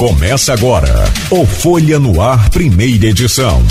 Começa agora o Folha no Ar, primeira edição.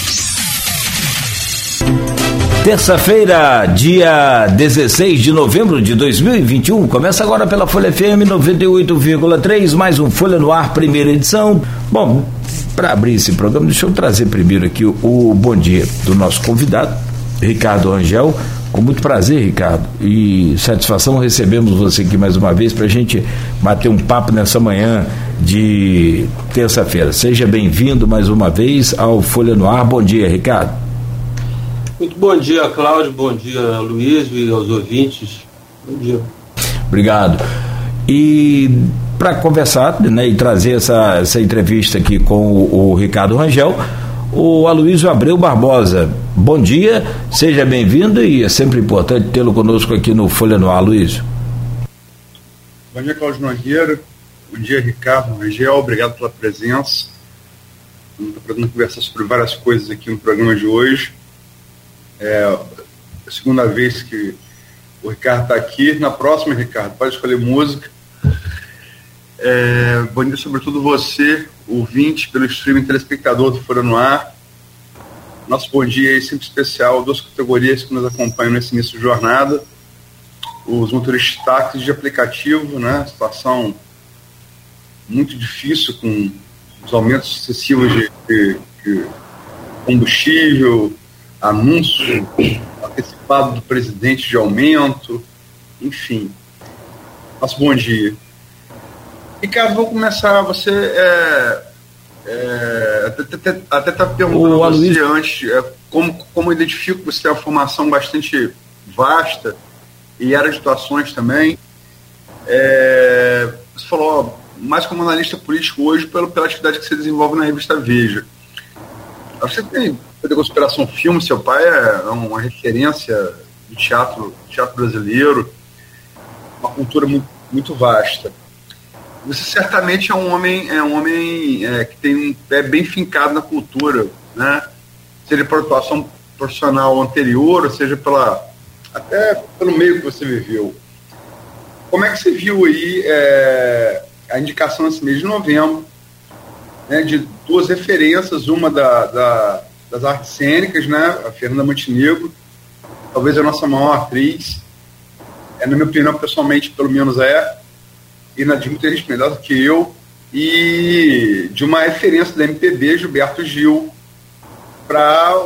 Terça-feira, dia 16 de novembro de 2021, começa agora pela Folha FM 98,3, mais um Folha no Ar, primeira edição. Bom, para abrir esse programa, deixa eu trazer primeiro aqui o bom dia do nosso convidado, Ricardo Rangel. Com muito prazer, Ricardo, e satisfação recebemos você aqui mais uma vez para a gente bater um papo nessa manhã de terça-feira. Seja bem-vindo mais uma vez ao Folha no Ar. Bom dia, Ricardo. Muito bom dia, Cláudio, bom dia, Luiz, e aos ouvintes. Bom dia. Obrigado. E para conversar, né, e trazer essa entrevista aqui com o Ricardo Rangel, o Aloysio Abreu Barbosa. Bom dia, seja bem-vindo, e é sempre importante tê-lo conosco aqui no Folha no Ar, Aloysio. Bom dia, Cláudio Nogueira. Bom dia, Ricardo Rangel. Obrigado pela presença. Estou podendo conversar sobre várias coisas aqui no programa de hoje. É a segunda vez que o Ricardo está aqui. Na próxima, Ricardo, pode escolher música. Bom dia, sobretudo você, ouvinte, pelo streaming, telespectador do Folha no Ar. Nosso bom dia aí sempre especial, duas categorias que nos acompanham nesse início de jornada: os motoristas de táxis de aplicativo, né? Situação muito difícil com os aumentos sucessivos de combustível, anúncio antecipado do presidente de aumento, enfim. Nosso bom dia. Ricardo, vou começar. Você até estava perguntando a você antes como identifico que você tem uma formação bastante vasta e área de atuações também. Você falou mais como analista político hoje pela atividade que você desenvolve na revista Veja. Você tem de conspiração filme, seu pai é uma referência de teatro brasileiro, uma cultura muito, muito vasta. Você certamente é um homem que tem um pé bem fincado na cultura, né? Seja por atuação profissional anterior, ou seja até pelo meio que você viveu. Como é que você viu aí a indicação nesse mês de novembro, né, de duas referências, uma das artes cênicas, né, a Fernanda Montenegro, talvez a nossa maior atriz, na minha opinião, pessoalmente, pelo menos e na de muita gente melhor do que eu, e de uma referência da MPB, Gilberto Gil, para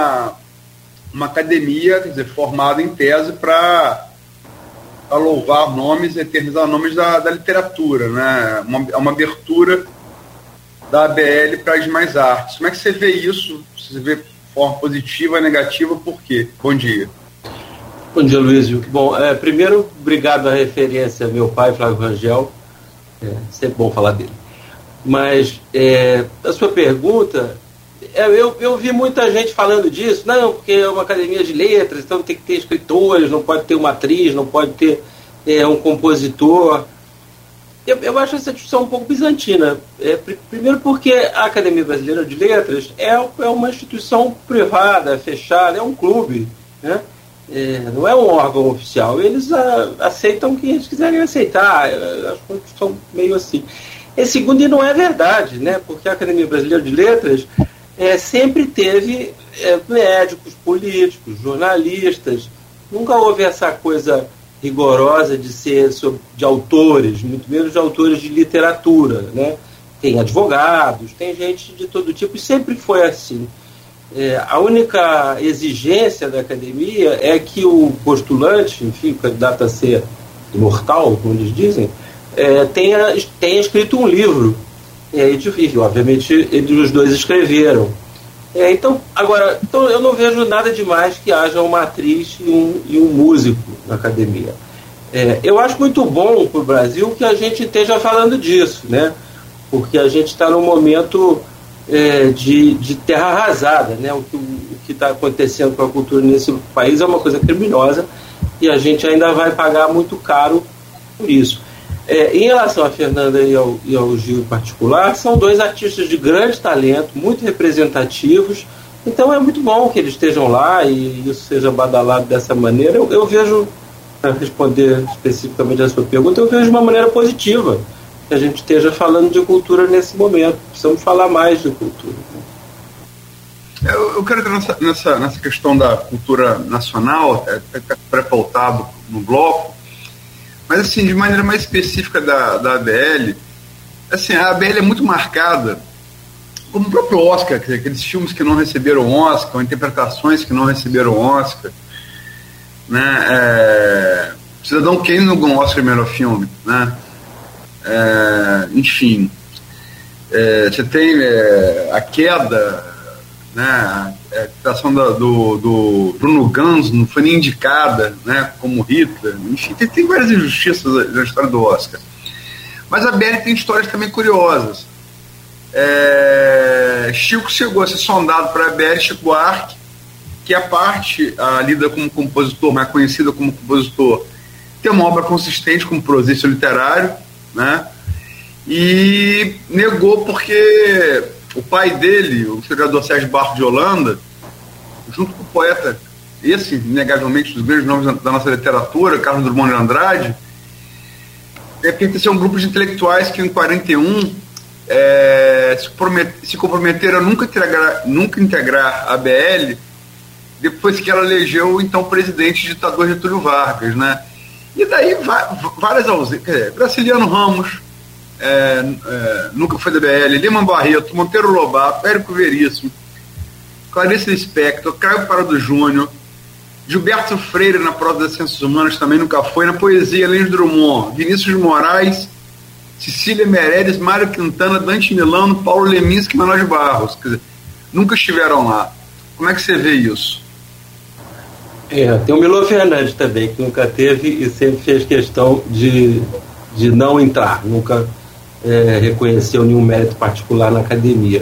uma academia, quer dizer, formada em tese para louvar nomes, eternizar nomes da literatura, né? Uma abertura da ABL para as demais artes. Como é que você vê isso? Você vê de forma positiva, negativa, por quê? Bom dia. Bom dia, Luísio. Bom, primeiro, obrigado à referência meu pai, Flávio Rangel. Sempre bom falar dele. Mas a sua pergunta, eu vi muita gente falando disso. Não, porque é uma academia de letras, então tem que ter escritores, não pode ter uma atriz, não pode ter um compositor. Eu acho essa discussão um pouco bizantina. Primeiro porque a Academia Brasileira de Letras é uma instituição privada, fechada, é um clube, né? Não é um órgão oficial. Eles aceitam o que eles quiserem aceitar. Acho que são meio assim. E segundo, e não é verdade, né? Porque a Academia Brasileira de Letras sempre teve médicos, políticos, jornalistas. Nunca houve essa coisa rigorosa de ser de autores, muito menos de autores de literatura, né? Tem advogados, tem gente de todo tipo, e sempre foi assim. A única exigência da academia é que o postulante, enfim, o candidato a ser imortal, como eles dizem, tenha escrito um livro. E, obviamente, os dois escreveram. Então eu não vejo nada demais que haja uma atriz e um músico na academia. Eu acho muito bom para o Brasil que a gente esteja falando disso, né? Porque a gente está num momento de terra arrasada, né? O que está acontecendo com a cultura nesse país é uma coisa criminosa e a gente ainda vai pagar muito caro por isso. Em relação a Fernanda e ao Gil em particular, são dois artistas de grande talento, muito representativos, então é muito bom que eles estejam lá e isso seja badalado dessa maneira. Eu vejo, para responder especificamente a sua pergunta, eu vejo de uma maneira positiva. que a gente esteja falando de cultura nesse momento. Precisamos falar mais de cultura. Eu quero entrar nessa questão da cultura nacional, pré-pautado no bloco, mas assim, de maneira mais específica da ABL, assim, a ABL é muito marcada, como o próprio Oscar, aqueles filmes que não receberam Oscar, ou interpretações que não receberam Oscar, né? Cidadão Kane não ganhou Oscar melhor filme, né? Enfim, você tem A Queda, né? A citação do Bruno Ganz não foi nem indicada, né? Como Hitler. Enfim, tem várias injustiças na história do Oscar, mas a BL tem histórias também curiosas. Chico chegou a ser sondado para a BL, Chico Buarque, que a parte lida como compositor, mais conhecida como compositor, tem uma obra consistente como prosício literário, né? E negou porque o pai dele, o historiador Sérgio Barro de Holanda, junto com o poeta, esse, inegavelmente, dos grandes nomes da nossa literatura, Carlos Drummond de Andrade, pertenceu a um grupo de intelectuais que, em 1941, se comprometeram a nunca integrar a ABL, depois que ela elegeu o então presidente ditador Getúlio Vargas, né? E daí várias ausências. Graciliano Ramos nunca foi da BL, Lima Barreto, Monteiro Lobato, Érico Veríssimo, Clarice Lispector, Caio Parado Júnior, Gilberto Freire na prosa das ciências humanas também nunca foi, na poesia Lênin Drummond, Vinícius Moraes, Cecília Meirelles, Mário Quintana, Dante Milano, Paulo Leminski e Manoel de Barros. Quer dizer, nunca estiveram lá. Como é que você vê isso? Tem o Milor Fernandes também, que nunca teve e sempre fez questão de não entrar, nunca reconheceu nenhum mérito particular na academia.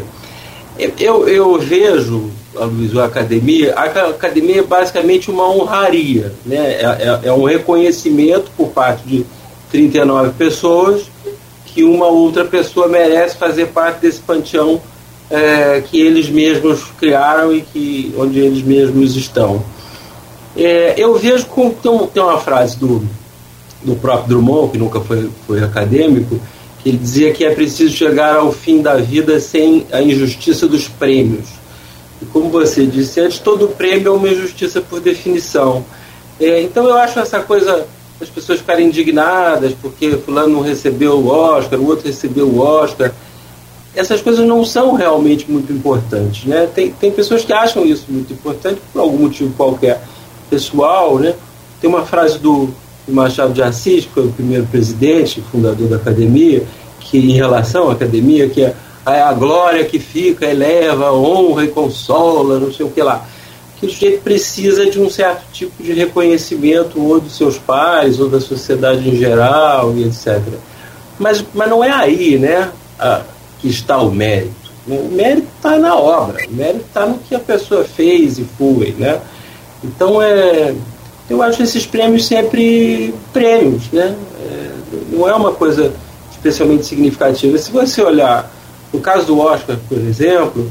Eu vejo, Luiz, a academia é basicamente uma honraria, né? É um reconhecimento por parte de 39 pessoas que uma outra pessoa merece fazer parte desse panteão que eles mesmos criaram e onde eles mesmos estão. Eu vejo como tem uma frase do próprio Drummond, que nunca foi acadêmico, que ele dizia que é preciso chegar ao fim da vida sem a injustiça dos prêmios. E como você disse antes, todo prêmio é uma injustiça por definição. Então eu acho essa coisa, as pessoas ficarem indignadas porque fulano não recebeu o Oscar, o outro recebeu o Oscar, essas coisas não são realmente muito importantes, né? Tem pessoas que acham isso muito importante por algum motivo qualquer pessoal, né? Tem uma frase do Machado de Assis, que foi o primeiro presidente, fundador da academia, que em relação à academia, que é a glória que fica, eleva, honra e consola, não sei o que lá, que o sujeito precisa de um certo tipo de reconhecimento ou dos seus pares ou da sociedade em geral e etc. Mas não é aí, né, que está o mérito. O mérito está na obra, o mérito está no que a pessoa fez e foi, né? Então eu acho esses prêmios sempre prêmios, né? Não é uma coisa especialmente significativa. Se você olhar no caso do Oscar, por exemplo,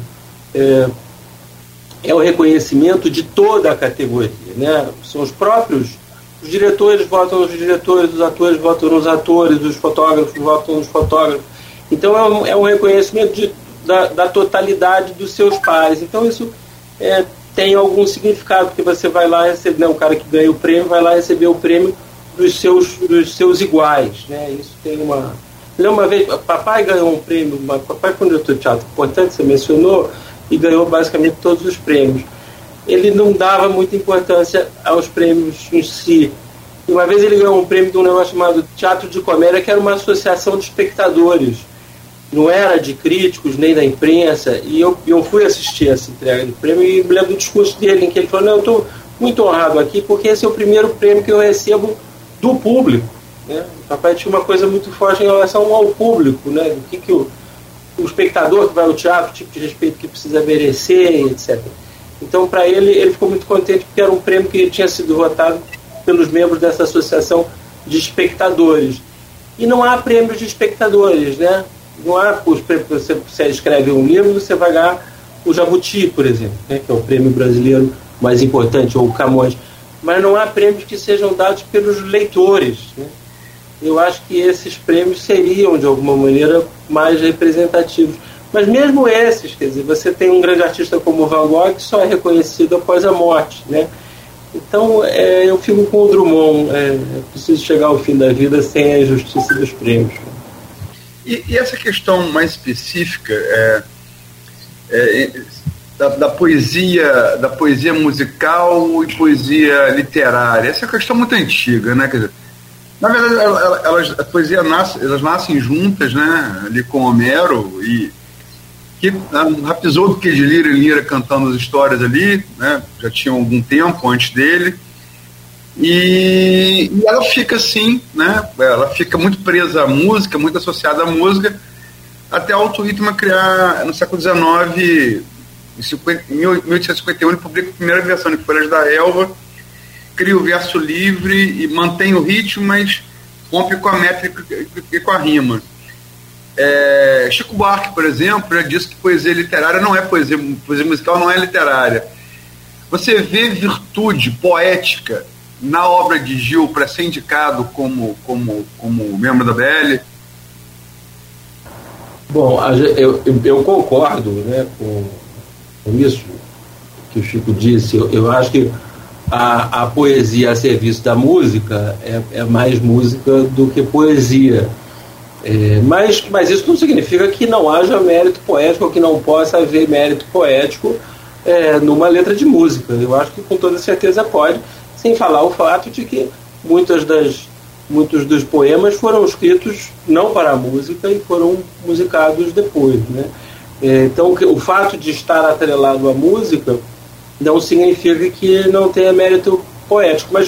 é o reconhecimento de toda a categoria, né? São os diretores votam nos diretores, os atores votam nos atores, os fotógrafos votam nos fotógrafos. Então é um reconhecimento da totalidade dos seus pares. Então isso tem algum significado, porque você vai lá receber, né, o cara que ganha o prêmio vai lá receber o prêmio dos seus iguais, né? Isso tem uma... Uma vez, papai ganhou um prêmio, papai foi um diretor de teatro importante, você mencionou, e ganhou basicamente todos os prêmios. Ele não dava muita importância aos prêmios em si. E uma vez ele ganhou um prêmio de um negócio chamado Teatro de Comédia, que era uma associação de espectadores. Não era de críticos, nem da imprensa, e eu fui assistir essa entrega de prêmio e me lembro do discurso dele, em que ele falou, eu estou muito honrado aqui, porque esse é o primeiro prêmio que eu recebo do público, né? O papai tinha uma coisa muito forte em relação ao público, né? Do que o espectador que vai ao teatro, o tipo de respeito que precisa merecer, etc. Então, para ele ficou muito contente, porque era um prêmio que tinha sido votado pelos membros dessa associação de espectadores. E não há prêmios de espectadores, né? Não há os prêmios, você escreve um livro, você vai ganhar o Jabuti, por exemplo, né? Que é o prêmio brasileiro mais importante, ou o Camões. Mas não há prêmios que sejam dados pelos leitores, né? eu acho que esses prêmios seriam, de alguma maneira, mais representativos. Mas mesmo esses, quer dizer, você tem um grande artista como Van Gogh que só é reconhecido após a morte, né? Então, eu fico com o Drummond, preciso chegar ao fim da vida sem a injustiça dos prêmios. E essa questão mais específica da poesia musical e poesia literária, essa é uma questão muito antiga, né? Quer dizer, na verdade, elas nascem juntas, né? Ali com Homero, e que Rapisolo que de Lira e Lira cantando as histórias ali, né? Já tinha algum tempo antes dele, e ela fica assim, né? Ela fica muito presa à música, muito associada à música, até Alto Ritmo criar, no século XIX, em 1851, ele publica a primeira versão de Folhas da Elva, cria o verso livre e mantém o ritmo, mas rompe com a métrica e com a rima. Chico Buarque, por exemplo, já disse que poesia literária não é poesia musical não é literária. Você vê virtude poética na obra de Gil para ser indicado como membro da BL? Bom, eu concordo, né, com isso que o Chico disse. Eu acho que a poesia a serviço da música é mais música do que poesia. Mas isso não significa que não haja mérito poético ou que não possa haver mérito poético numa letra de música. Eu acho que com toda certeza pode, sem falar o fato de que muitos dos poemas foram escritos não para a música e foram musicados depois, né? Então o fato de estar atrelado à música não significa que não tenha mérito poético, mas o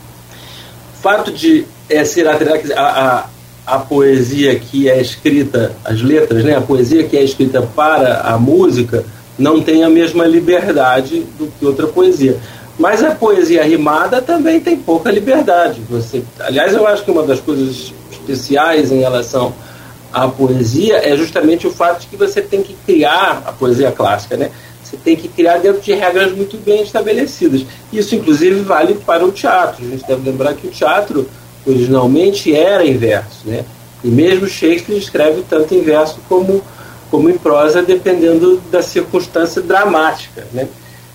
fato de ser atrelado a poesia que é escrita, as letras, né, a poesia que é escrita para a música não tem a mesma liberdade do que outra poesia. Mas a poesia rimada também tem pouca liberdade. Aliás, eu acho que uma das coisas especiais em relação à poesia é justamente o fato de que você tem que criar a poesia clássica, né? Você tem que criar dentro de regras muito bem estabelecidas. Isso, inclusive, vale para o teatro. A gente deve lembrar que o teatro originalmente era em verso, né? E mesmo Shakespeare escreve tanto em verso como em prosa, dependendo da circunstância dramática, né?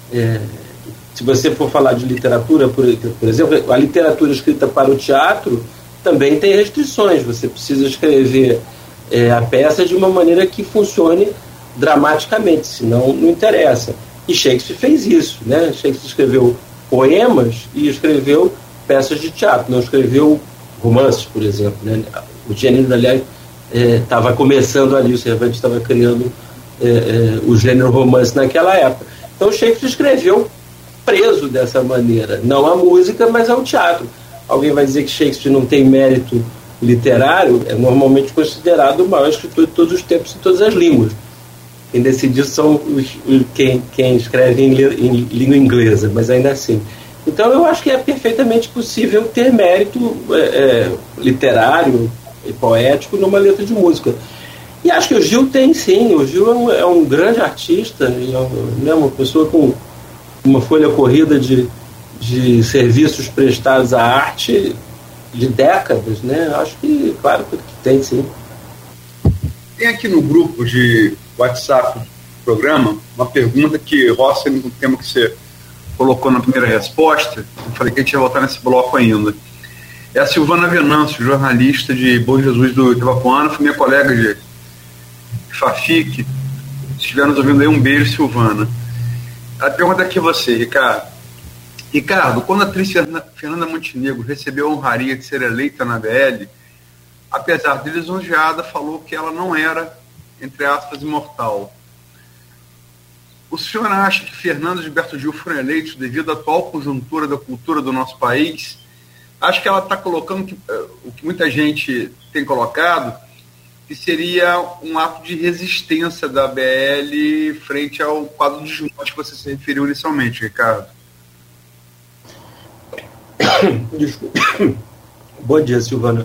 Se você for falar de literatura, por exemplo, a literatura escrita para o teatro também tem restrições. Você precisa escrever a peça de uma maneira que funcione dramaticamente, senão não interessa. E Shakespeare fez isso, né? Shakespeare escreveu poemas e escreveu peças de teatro, não escreveu romances, por exemplo, né? O gênero, aliás, estava começando ali, o Cervantes estava criando o gênero romance naquela época. Então Shakespeare escreveu preso dessa maneira, não à música, mas ao teatro. Alguém vai dizer que Shakespeare não tem mérito literário? É normalmente considerado o maior escritor de todos os tempos em todas as línguas. Quem decidiu são quem escreve em língua inglesa, mas ainda assim. Então eu acho que é perfeitamente possível ter mérito literário e poético numa letra de música. E acho que o Gil tem sim. O Gil é um grande artista, é uma pessoa com uma folha corrida de serviços prestados à arte de décadas, né? Acho que, claro que tem sim. Tem aqui no grupo de WhatsApp do programa uma pergunta que roça no tema que você colocou na primeira resposta. Eu falei que a gente ia voltar nesse bloco ainda. É a Silvana Venâncio, jornalista de Bom Jesus do Itabapoana, foi minha colega de Fafic. Se estiver nos ouvindo aí, um beijo, Silvana. A pergunta aqui a você, Ricardo. Ricardo, quando a atriz Fernanda Montenegro recebeu a honraria de ser eleita na BL, apesar de lisonjeada, falou que ela não era, entre aspas, imortal. O senhor acha que Fernando e Gilberto Gil foram eleitos devido à atual conjuntura da cultura do nosso país? Acho que ela está colocando o que muita gente tem colocado, que seria um ato de resistência da BL frente ao quadro de morte que você se referiu inicialmente, Ricardo. Desculpa. Bom dia, Silvana.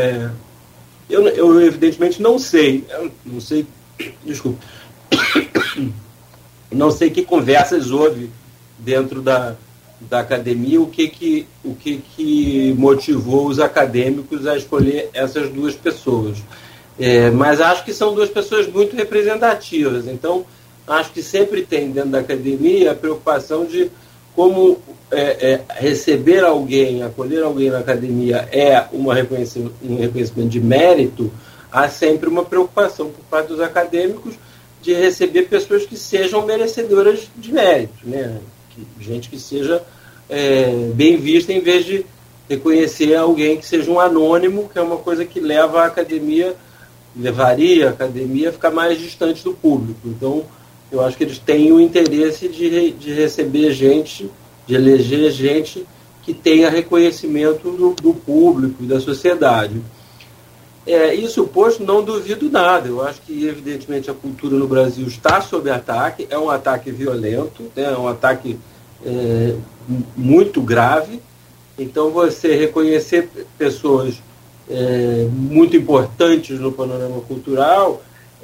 Eu evidentemente não sei. Desculpa. Não sei que conversas houve dentro da da academia, o que motivou os acadêmicos a escolher essas duas pessoas. Mas acho que são duas pessoas muito representativas. Então, acho que sempre tem dentro da academia a preocupação de como receber alguém, acolher alguém na academia um reconhecimento de mérito. Há sempre uma preocupação por parte dos acadêmicos de receber pessoas que sejam merecedoras de mérito, né? Gente que seja bem vista, em vez de reconhecer alguém que seja um anônimo, que é uma coisa que levaria a academia a ficar mais distante do público. Então, eu acho que eles têm o interesse de receber gente, de eleger gente que tenha reconhecimento do público e da sociedade. Isso posto, não duvido nada. Eu acho que, evidentemente, a cultura no Brasil está sob ataque. É um ataque violento, né? É um ataque muito grave. Então, você reconhecer pessoas muito importantes no panorama cultural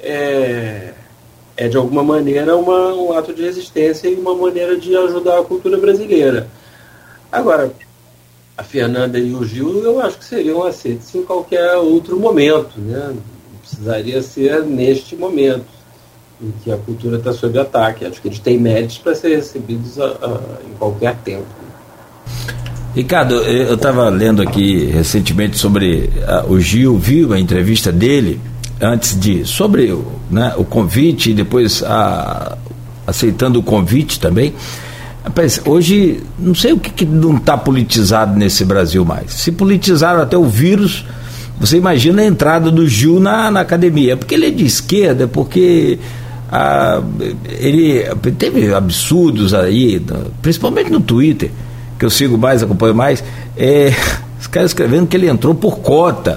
de alguma maneira, um ato de resistência e uma maneira de ajudar a cultura brasileira. Agora, a Fernanda e o Gil, eu acho que seriam aceitos em qualquer outro momento, né? Não precisaria ser neste momento em que a cultura está sob ataque. Acho que eles têm méritos para ser recebidos em qualquer tempo. Ricardo, eu estava lendo aqui recentemente sobre o Gil, viu a entrevista dele sobre o convite e depois aceitando o convite também. Rapaz, hoje não sei o que não está politizado nesse Brasil mais. Se politizaram até o vírus, você imagina a entrada do Gil na academia. Porque ele é de esquerda, porque ele teve absurdos aí, principalmente no Twitter, que eu sigo mais, acompanho mais, os caras escrevendo que ele entrou por cota.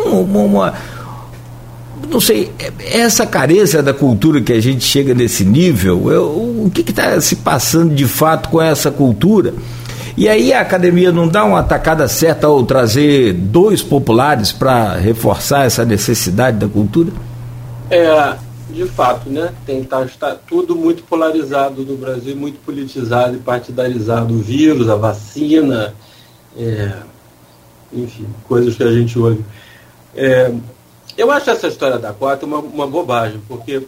Não sei, essa carência da cultura que a gente chega nesse nível, o que está se passando de fato com essa cultura? E aí a academia não dá uma atacada certa ao trazer dois populares para reforçar essa necessidade da cultura? De fato, né? Está tudo muito polarizado no Brasil, muito politizado e partidarizado. O vírus, a vacina, enfim, coisas que a gente ouve. Eu acho essa história da cota uma bobagem, porque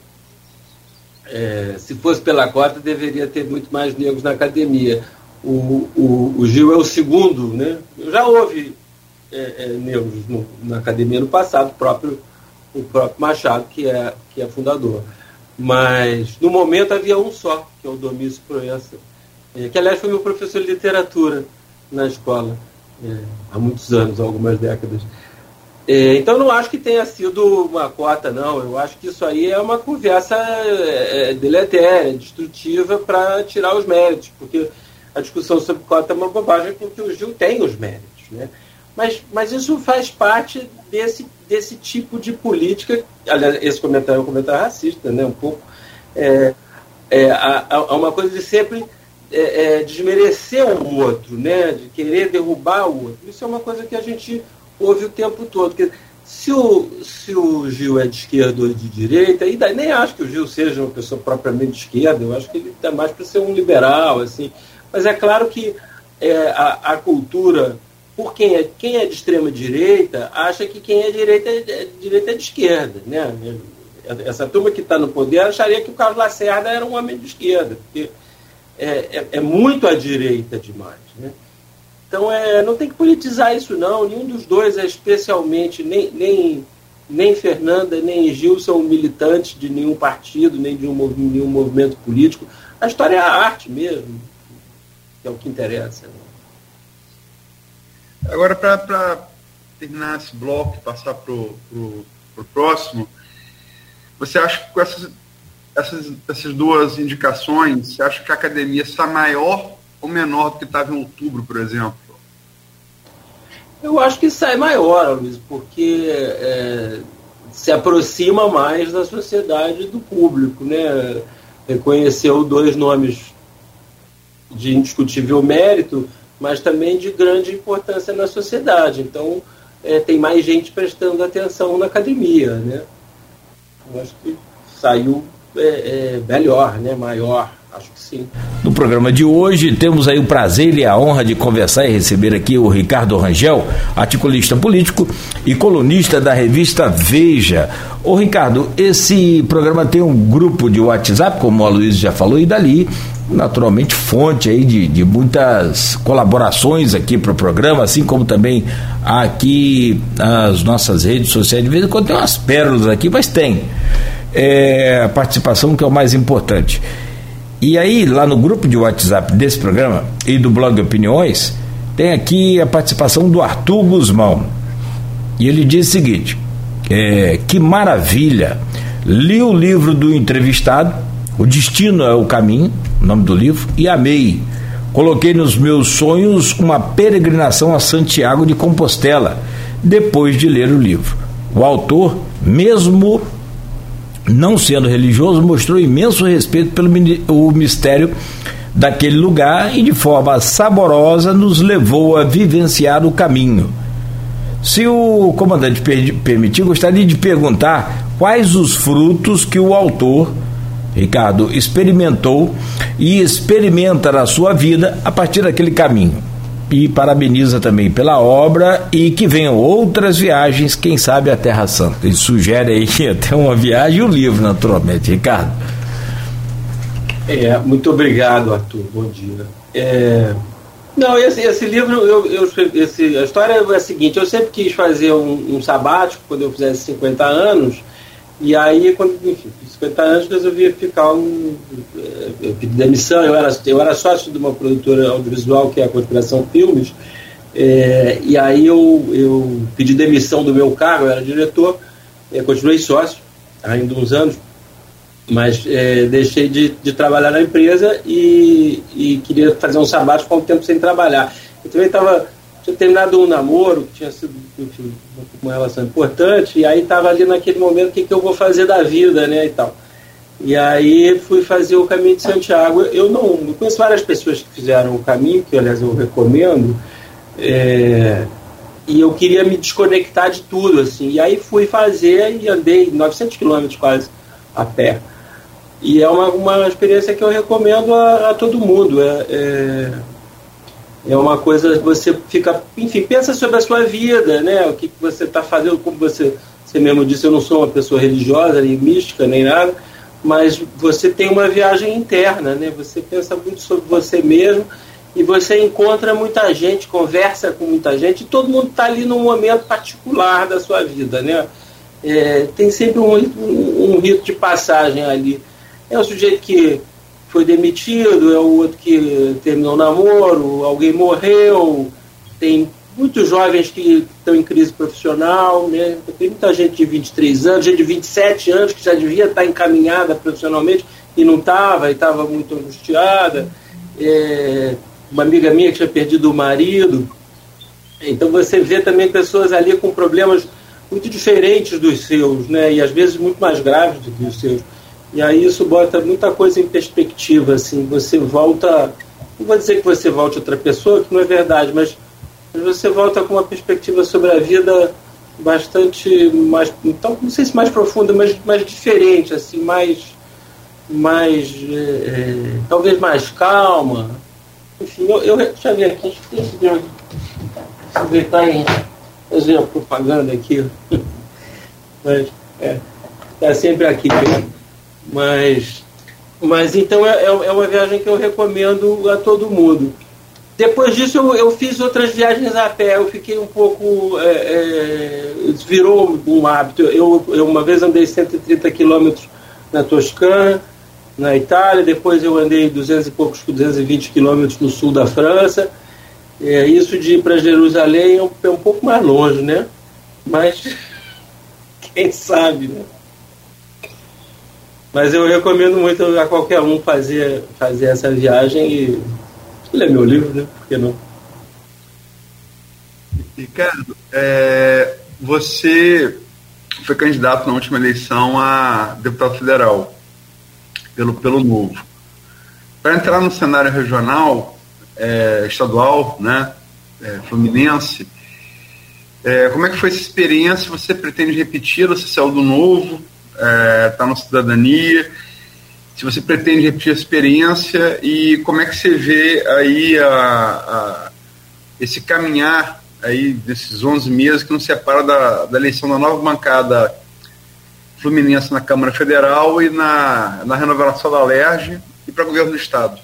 se fosse pela cota deveria ter muito mais negros na academia. O Gil é o segundo, né? Já houve negros na academia no passado, o próprio Machado, que é fundador. Mas no momento havia um só, que é o Domício Proença, que aliás foi meu professor de literatura na escola, há muitos anos, há algumas décadas. Então não acho que tenha sido uma cota, não. Eu acho que isso aí é uma conversa deletéria, destrutiva, para tirar os méritos, porque a discussão sobre cota é uma bobagem, porque o Gil tem os méritos, né? Mas isso faz parte desse tipo de política. Aliás, esse comentário é um comentário racista, né? Um pouco. Há uma coisa de sempre desmerecer o outro, né? De querer derrubar o outro. Isso é uma coisa que a gente ouve o tempo todo. Porque se o Gil é de esquerda ou de direita, e daí nem acho que o Gil seja uma pessoa propriamente de esquerda, eu acho que ele está mais para ser um liberal, assim. Mas é claro que a cultura, por quem é de extrema direita, acha que quem é direita é de esquerda, né? Essa turma que está no poder acharia que o Carlos Lacerda era um homem de esquerda, porque é muito à direita demais, né? Então não tem que politizar isso, não. Nenhum dos dois é especialmente, nem Fernanda nem Gil são militantes de nenhum partido, nem de nenhum movimento político. A história é a arte mesmo, que é o que interessa, né? Agora, para terminar esse bloco e passar para o próximo, você acha que com essas duas indicações, você acha que a academia está maior ou menor do que estava em outubro, por exemplo? Eu acho que sai maior, Luiz, porque se aproxima mais da sociedade, do público, né? Reconheceu dois nomes de indiscutível mérito, mas também de grande importância na sociedade. Então, tem mais gente prestando atenção na academia, né? Eu acho que saiu melhor, né? Maior. Acho que sim. No programa de hoje, temos aí o prazer e a honra de conversar e receber aqui o Ricardo Rangel, articulista político e colunista da revista Veja. Ô Ricardo, esse programa tem um grupo de WhatsApp, como a Luiz já falou, e dali, naturalmente, fonte aí de muitas colaborações aqui para o programa, assim como também aqui as nossas redes sociais. De vez em quando tem umas pérolas aqui, mas tem a participação, que é o mais importante. E aí, lá no grupo de WhatsApp desse programa e do blog Opiniões, tem aqui a participação do Arthur Guzmão. E ele diz o seguinte: que maravilha, li o livro do entrevistado, O Destino é o Caminho, o nome do livro, e amei. Coloquei nos meus sonhos uma peregrinação a Santiago de Compostela, depois de ler o livro. O autor, mesmo não sendo religioso, mostrou imenso respeito pelo o mistério daquele lugar e de forma saborosa nos levou a vivenciar o caminho. Se o comandante permitir, gostaria de perguntar quais os frutos que o autor, Ricardo, experimentou e experimenta na sua vida a partir daquele caminho. E parabeniza também pela obra e que venham outras viagens, quem sabe a Terra Santa. Ele sugere aí até uma viagem e um livro, naturalmente, Ricardo. Muito obrigado, Arthur. Bom dia. Não, esse livro, a história é a seguinte: eu sempre quis fazer um sabático quando eu fizesse 50 anos, e aí, quando fiz 50 anos, resolvi ficar eu pedi demissão. Eu era sócio de uma produtora audiovisual, que é a Conspiração Filmes, e aí eu pedi demissão do meu cargo. Eu era diretor, continuei sócio ainda uns anos, mas deixei de trabalhar na empresa e queria fazer um sabático com um tempo sem trabalhar. Eu também tinha terminado um namoro que tinha sido, enfim, uma relação importante, e aí estava ali naquele momento, o que eu vou fazer da vida, né, e tal. E aí fui fazer o Caminho de Santiago. Eu conheço várias pessoas que fizeram o caminho, que aliás eu recomendo, e eu queria me desconectar de tudo, assim, e aí fui fazer e andei 900 quilômetros quase a pé. E é uma experiência que eu recomendo a todo mundo. É uma coisa, você fica, enfim, pensa sobre a sua vida, né? O que você está fazendo, como você mesmo disse, eu não sou uma pessoa religiosa, nem mística, nem nada, mas você tem uma viagem interna, né? Você pensa muito sobre você mesmo e você encontra muita gente, conversa com muita gente, e todo mundo está ali num momento particular da sua vida, né? Tem sempre um rito de passagem ali. É o sujeito que foi demitido, é o outro que terminou o namoro, alguém morreu, tem muitos jovens que estão em crise profissional, né? Tem muita gente de 23 anos, gente de 27 anos que já devia estar encaminhada profissionalmente e não estava, e estava muito angustiada. Uma amiga minha que tinha perdido o marido. Então você vê também pessoas ali com problemas muito diferentes dos seus, né? E às vezes muito mais graves do que os seus. E aí isso bota muita coisa em perspectiva, assim. Você volta, não vou dizer que você volte outra pessoa, que não é verdade, mas você volta com uma perspectiva sobre a vida bastante mais, então, não sei se mais profunda, mas mais diferente, assim, talvez mais calma. Enfim, deixa eu ver aqui, deixa eu aproveitar e fazer uma propaganda aqui. Mas está sempre aqui. Mas então é uma viagem que eu recomendo a todo mundo. Depois disso eu fiz outras viagens a pé. Eu fiquei um pouco virou um hábito. Eu uma vez andei 130 quilômetros na Toscana, na Itália. Depois eu andei 220 quilômetros no sul da França. Isso de ir para Jerusalém é um pouco mais longe, né? Mas quem sabe, né? Mas eu recomendo muito a qualquer um fazer essa viagem e ler meu livro, né? Por que não? Ricardo, você foi candidato na última eleição a deputado federal pelo Novo. Para entrar no cenário regional, estadual, né, fluminense, como é que foi essa experiência? Você pretende repetir? Você saiu do Novo, está na Cidadania, se você pretende repetir a experiência e como é que você vê aí esse caminhar aí desses 11 meses que nos separa da eleição da nova bancada fluminense na Câmara Federal e na renovação da Alerj e para o governo do Estado.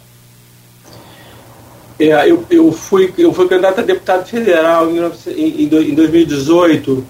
Eu fui candidato a deputado federal em 2018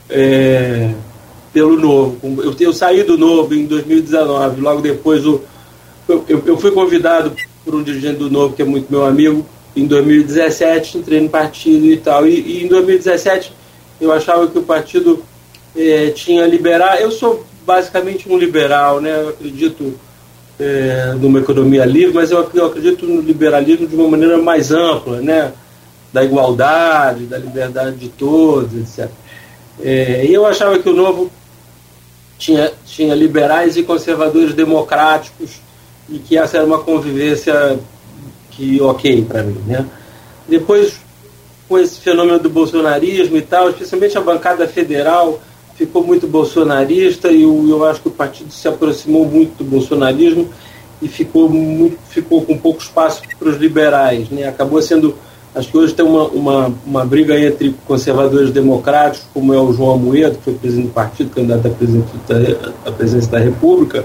pelo Novo. Eu saí do Novo em 2019, logo depois eu fui convidado por um dirigente do Novo, que é muito meu amigo, em 2017, entrei no partido e tal. E em 2017 eu achava que o partido tinha liberal. Eu sou basicamente um liberal, né? Eu acredito numa economia livre, mas eu acredito no liberalismo de uma maneira mais ampla, né? Da igualdade, da liberdade de todos, etc. E eu achava que o Novo tinha liberais e conservadores democráticos e que essa era uma convivência ok para mim, né? Depois, com esse fenômeno do bolsonarismo e tal, especialmente a bancada federal ficou muito bolsonarista e eu acho que o partido se aproximou muito do bolsonarismo e ficou com pouco espaço para os liberais, né? Acabou sendo, acho que hoje tem uma briga entre conservadores democráticos, como é o João Amoedo, que foi presidente do partido, candidato à presidência da República,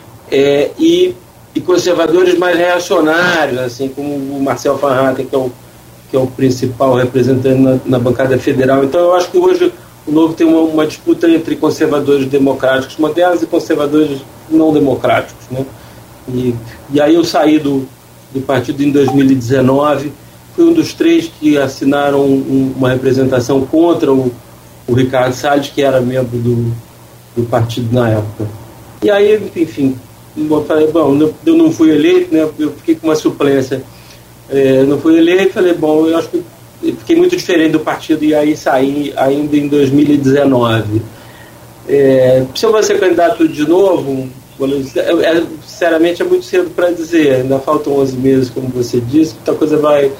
e conservadores mais reacionários, assim como o Marcel Van Hatten, que é o principal representante na bancada federal. Então eu acho que hoje o Novo tem uma disputa entre conservadores democráticos modernos e conservadores não democráticos, né? E aí eu saí do partido em 2019, fui um dos 3 que assinaram uma representação contra o Ricardo Salles, que era membro do partido na época. E aí, enfim, eu falei, bom, eu não fui eleito, né? Eu fiquei com uma suplência. Não fui eleito, falei, bom, eu acho que fiquei muito diferente do partido e aí saí ainda em 2019. Se eu vou ser candidato de novo, sinceramente é muito cedo para dizer, ainda faltam 11 meses, como você disse, muita coisa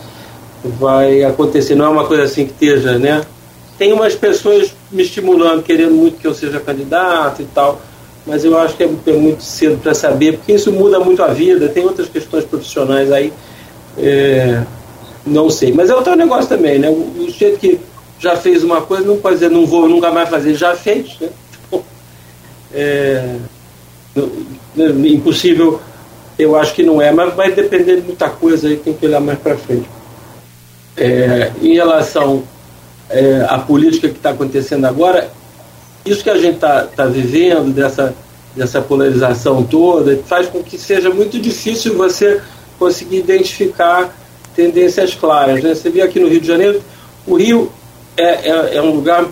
vai acontecer, não é uma coisa assim que esteja, né? Tem umas pessoas me estimulando, querendo muito que eu seja candidato e tal, mas eu acho que é muito cedo para saber, porque isso muda muito a vida, tem outras questões profissionais aí, não sei. Mas é outro negócio também, né? O jeito que já fez uma coisa, não pode dizer, não vou nunca mais fazer, já fez, né? Impossível, eu acho que não é, mas vai depender de muita coisa aí, tem que olhar mais para frente. Em relação à política que está acontecendo agora, isso que a gente está vivendo, dessa polarização toda, faz com que seja muito difícil você conseguir identificar tendências claras, né? Você vê aqui no Rio de Janeiro, o Rio é um lugar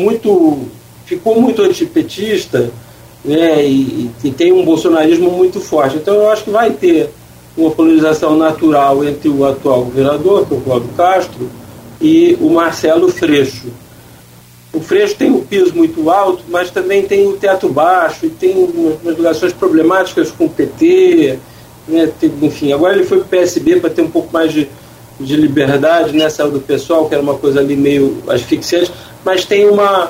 ficou muito antipetista, né? E tem um bolsonarismo muito forte. Então eu acho que vai ter uma polarização natural entre o atual governador, que é o Cláudio Castro, e o Marcelo Freixo. O Freixo tem um piso muito alto, mas também tem o teto baixo e tem umas ligações problemáticas com o PT, né? Enfim, agora ele foi para o PSB para ter um pouco mais de liberdade, né? Saiu do pessoal, que era uma coisa ali meio asfixiante, mas tem uma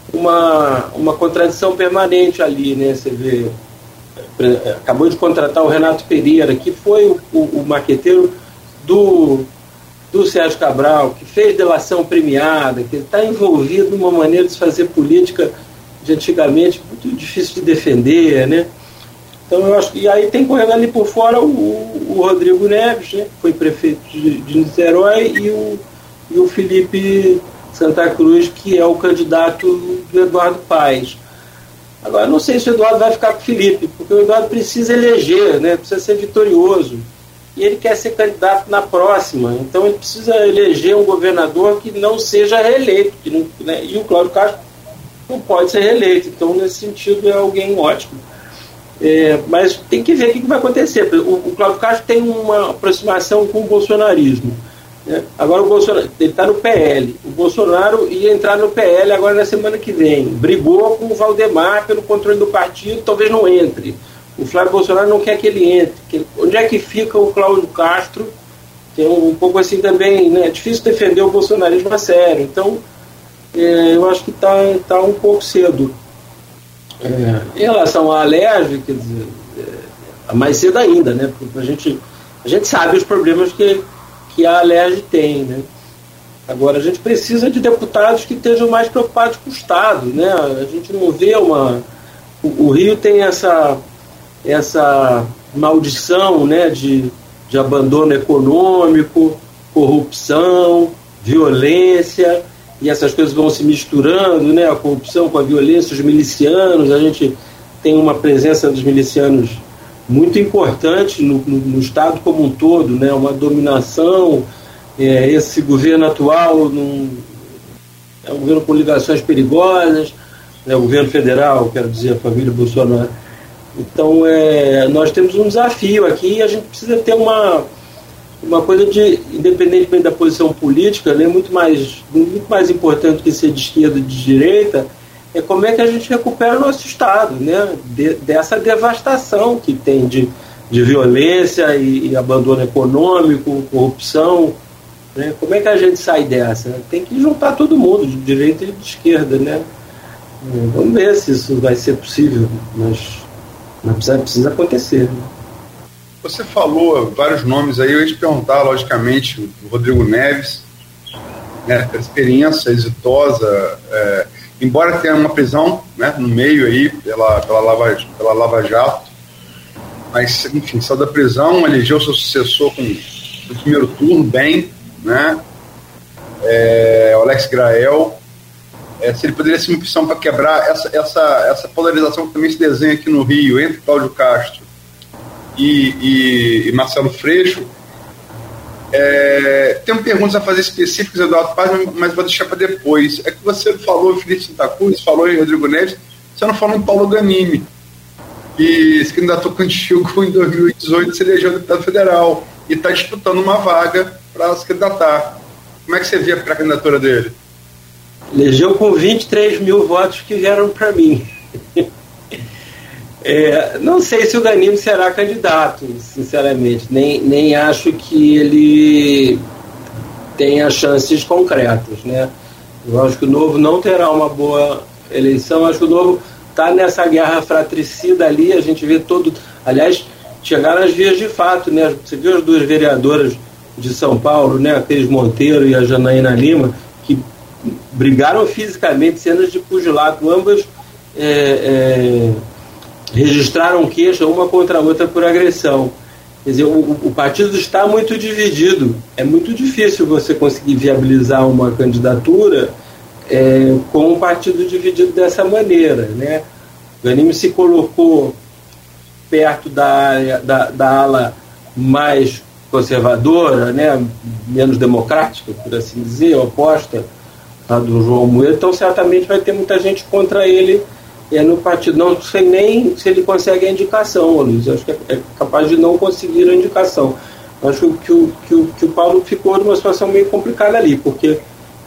contradição permanente ali, né? Você vê, acabou de contratar o Renato Pereira, que foi o marqueteiro do Sérgio Cabral, que fez delação premiada, que está envolvido numa maneira de se fazer política de antigamente muito difícil de defender, né? Então eu acho que, e aí tem correndo ali por fora o Rodrigo Neves, né? Que foi prefeito de Niterói, e o Felipe Santa Cruz, que é o candidato do Eduardo Paes. Agora, não sei se o Eduardo vai ficar com o Felipe, porque o Eduardo precisa eleger, né? Precisa ser vitorioso. E ele quer ser candidato na próxima. Então ele precisa eleger um governador que não seja reeleito. Né? E o Cláudio Castro não pode ser reeleito. Então, nesse sentido, é alguém ótimo. Mas tem que ver o que vai acontecer. O Cláudio Castro tem uma aproximação com o bolsonarismo. Né? Agora o Bolsonaro, ele está no PL. O Bolsonaro ia entrar no PL agora na semana que vem. Brigou com o Valdemar pelo controle do partido, talvez não entre. O Flávio Bolsonaro não quer que ele entre. Onde é que fica o Cláudio Castro? Que é um pouco assim também, né? É difícil defender o bolsonarismo a sério. Então, eu acho que está um pouco cedo. Em relação à Alerj, quer dizer, mais cedo ainda, né? Porque a gente sabe os problemas que a Alerj tem, né? Agora, a gente precisa de deputados que estejam mais preocupados com o Estado, né? A gente não vê o Rio tem essa maldição, né, de abandono econômico, corrupção, violência, e essas coisas vão se misturando, né? A corrupção com a violência, os milicianos. A gente tem uma presença dos milicianos muito importante no Estado como um todo, né? Uma dominação. Esse governo atual é um governo com ligações perigosas, né? O governo federal, quero dizer, a família Bolsonaro. Então, nós temos um desafio aqui e a gente precisa ter uma coisa de, independentemente da posição política, né, muito mais importante que ser de esquerda ou de direita, é como é que a gente recupera o nosso Estado, né, dessa devastação que tem de violência e abandono econômico, corrupção, né? Como é que a gente sai dessa? Tem que juntar todo mundo, de direita e de esquerda, né? Vamos ver se isso vai ser possível, mas precisa acontecer, né? Você falou vários nomes aí, eu ia te perguntar, logicamente, o Rodrigo Neves, né, experiência exitosa, embora tenha uma prisão, né, no meio aí, pela Lava Jato, mas, enfim, saiu da prisão, elegeu seu sucessor no primeiro turno, bem, né, o Alex Grael, se ele poderia ser uma opção para quebrar essa polarização que também se desenha aqui no Rio, entre Cláudio Castro e Marcelo Freixo. Tenho perguntas a fazer específicas, Eduardo Paz, mas vou deixar para depois. É que você falou em Felipe Santa Cruz, falou em Rodrigo Neves, você não falou em Paulo Ganimi, que se candidatou contigo em 2018, se elegeu deputado federal e está disputando uma vaga para se candidatar. Como é que você vê a candidatura dele? Elegeu com 23 mil votos que vieram para mim. Não sei se o Ganimi será candidato, sinceramente. Nem acho que ele tenha chances concretas, né? Eu acho que o Novo não terá uma boa eleição. Eu acho que o Novo está nessa guerra fratricida ali. A gente vê todo... Aliás, chegaram às vias de fato, né? Você viu as duas vereadoras de São Paulo, né? A Cris Monteiro e a Janaína Lima, que brigaram fisicamente, cenas de pugilato, ambas registraram queixa uma contra a outra por agressão. Quer dizer, o partido está muito dividido. É muito difícil você conseguir viabilizar uma candidatura com um partido dividido dessa maneira, né? O Ganimi se colocou perto da ala mais conservadora, né? Menos democrática, por assim dizer, oposta do João Moedo, então certamente vai ter muita gente contra ele no partido. Não sei nem se ele consegue a indicação, Luiz. Acho que é capaz de não conseguir a indicação. Acho que o Paulo ficou numa situação meio complicada ali, porque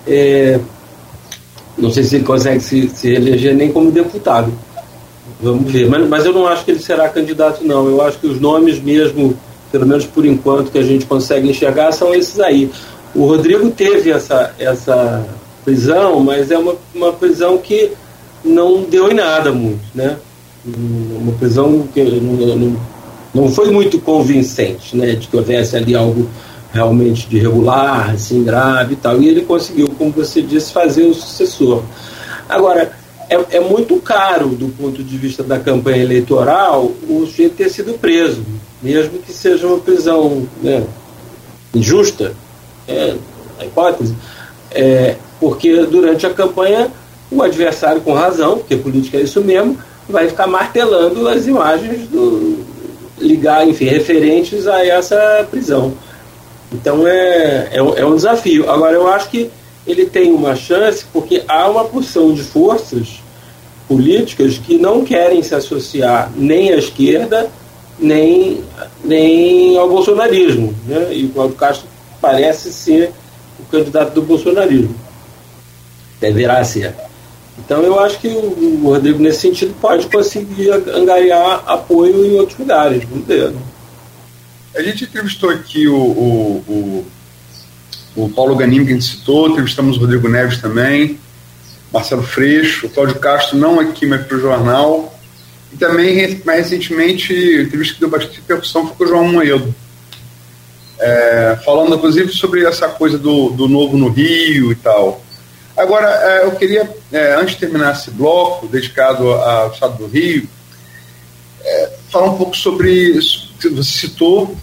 não sei se ele consegue se eleger nem como deputado. Vamos ver. Mas eu não acho que ele será candidato, não. Eu acho que os nomes mesmo, pelo menos por enquanto, que a gente consegue enxergar, são esses aí. O Rodrigo teve essa prisão, mas é uma prisão que não deu em nada muito, né? Uma prisão que não foi muito convincente, né? De que houvesse ali algo realmente de irregular, assim, grave e tal. E ele conseguiu, como você disse, fazer o sucessor. Agora, é muito caro, do ponto de vista da campanha eleitoral, o sujeito ter sido preso, mesmo que seja uma prisão, né, injusta, a hipótese, porque durante a campanha o adversário, com razão, porque política é isso mesmo, vai ficar martelando as imagens referentes a essa prisão. Então é um desafio. Agora, eu acho que ele tem uma chance porque há uma porção de forças políticas que não querem se associar nem à esquerda, nem ao bolsonarismo, né? E o Cláudio Castro parece ser o candidato do bolsonarismo. Deverá ser. Então eu acho que o Rodrigo, nesse sentido, pode conseguir angariar apoio em outros lugares. Vamos ver, né? A gente entrevistou aqui o Paulo Ganimi, que a gente citou, entrevistamos o Rodrigo Neves também, Marcelo Freixo, o Cláudio Castro, não aqui, mas para o jornal. E também, mais recentemente, a entrevista que deu bastante repercussão foi com o João Moedo, falando, inclusive, sobre essa coisa do novo no Rio e tal. Agora, eu queria, antes de terminar esse bloco dedicado ao estado do Rio, falar um pouco sobre isso que você citou.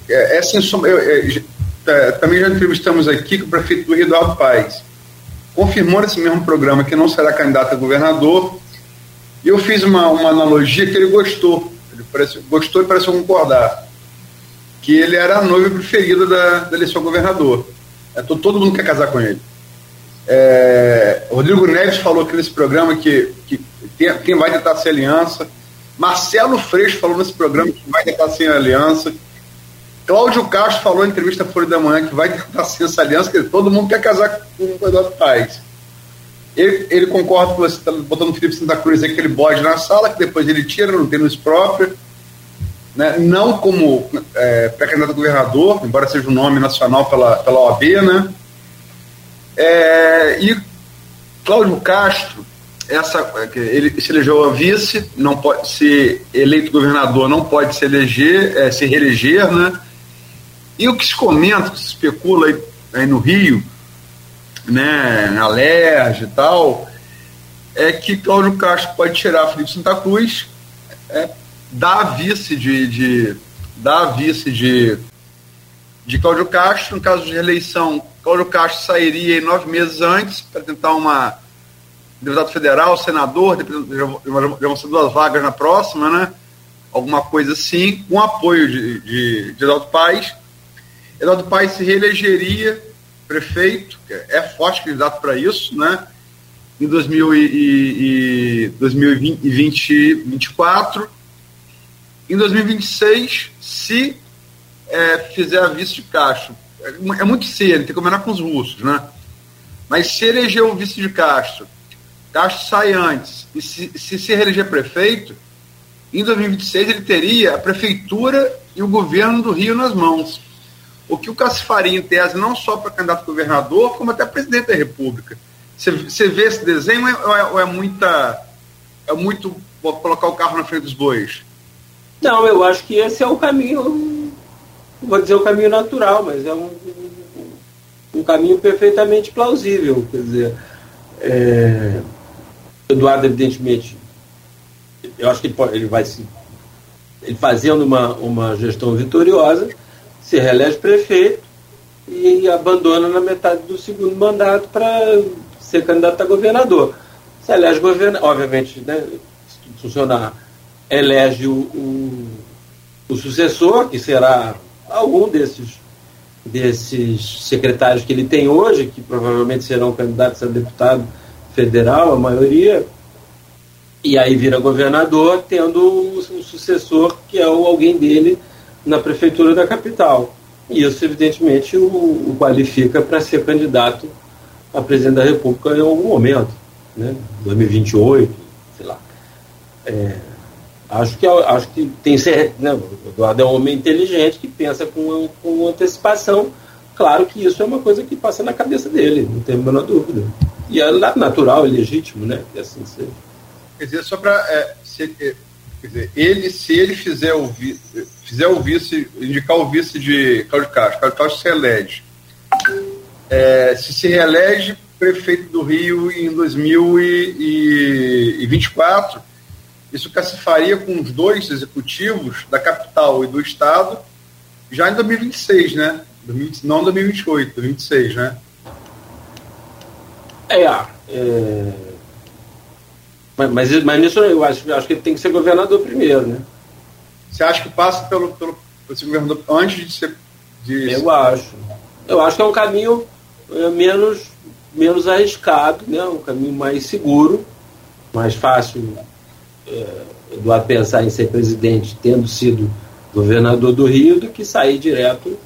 Também já entrevistamos aqui com o prefeito do Rio, Eduardo Paes. Confirmou nesse mesmo programa que não será candidato a governador. E eu fiz uma analogia que ele gostou. Gostou e pareceu concordar. Que ele era a noiva preferida da eleição governador. Todo mundo quer casar com ele. Rodrigo Neves falou aqui nesse programa que vai tentar ser aliança. Marcelo Freixo falou nesse programa que vai tentar ser aliança. Cláudio Castro falou em entrevista à Folha da Manhã que vai tentar ser essa aliança, que todo mundo quer casar com o Eduardo Paes. Ele concorda com você, está botando o Felipe Santa Cruz aquele bode na sala, que depois ele tira, não tem luz própria, né? Não como pré-candidato a governador, embora seja um nome nacional pela OAB, né? E Cláudio Castro, ele se elegeu a vice, não pode ser eleito governador, não pode se reeleger, né? E o que se comenta, que se especula aí no Rio, né, na LERJ e tal, é que Cláudio Castro pode tirar Felipe Santa Cruz, dar vice de Cláudio Castro. No caso de reeleição, Cláudio Castro sairia 9 meses antes para tentar deputado federal, senador, já vão ser 2 vagas na próxima, né? Alguma coisa assim, com apoio de Eduardo Paes. Eduardo Paes se reelegeria prefeito, é forte candidato para isso, né? Em 2024. Em 2026, se fizer a vice de Castro, é muito cedo, tem que combinar com os russos, né? Mas se eleger o vice de Castro sai antes, e se reeleger prefeito, em 2026 ele teria a prefeitura e o governo do Rio nas mãos. O que o Cássio faria, em tese, não só para candidato a governador, como até presidente da República. Você vê esse desenho ou é muito colocar o carro na frente dos bois? Não, eu acho que esse é o caminho, vou dizer o caminho natural, mas é um caminho perfeitamente plausível. Quer dizer, Eduardo, evidentemente, eu acho que ele fazendo uma gestão vitoriosa, se reelege prefeito e abandona na metade do segundo mandato para ser candidato a governador. Se elege governador, obviamente, né, se tudo funcionar, elege o sucessor, que será algum desses secretários que ele tem hoje, que provavelmente serão candidatos a deputado federal, a maioria, e aí vira governador, tendo o sucessor, que é alguém dele, na prefeitura da capital. E isso, evidentemente, o qualifica para ser candidato a presidente da República em algum momento, né? 2028, sei lá. Acho que tem que ser, né? O Eduardo é um homem inteligente que pensa com antecipação. Claro que isso é uma coisa que passa na cabeça dele, não tem a menor dúvida. E é natural, é legítimo, né? Que assim seja. Quer dizer, só para... se ele fizer o vice, indicar o vice de Cláudio Castro se reelege. Se reelege prefeito do Rio em 2024, isso cacifaria com os 2 executivos da capital e do estado já em 2026, né? Não em 2028, 2026, né? Mas nisso eu acho que ele tem que ser governador primeiro, né? Você acha que passa pelo ser governador antes de ser... Eu acho que é um caminho menos arriscado, né? Um caminho mais seguro, mais fácil Eduardo pensar em ser presidente tendo sido governador do Rio do que sair direto.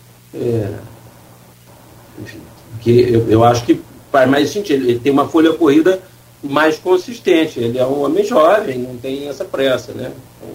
Enfim, porque eu acho que faz mais sentido. Ele tem uma folha corrida mais consistente. Ele é um homem jovem, não tem essa pressa, né?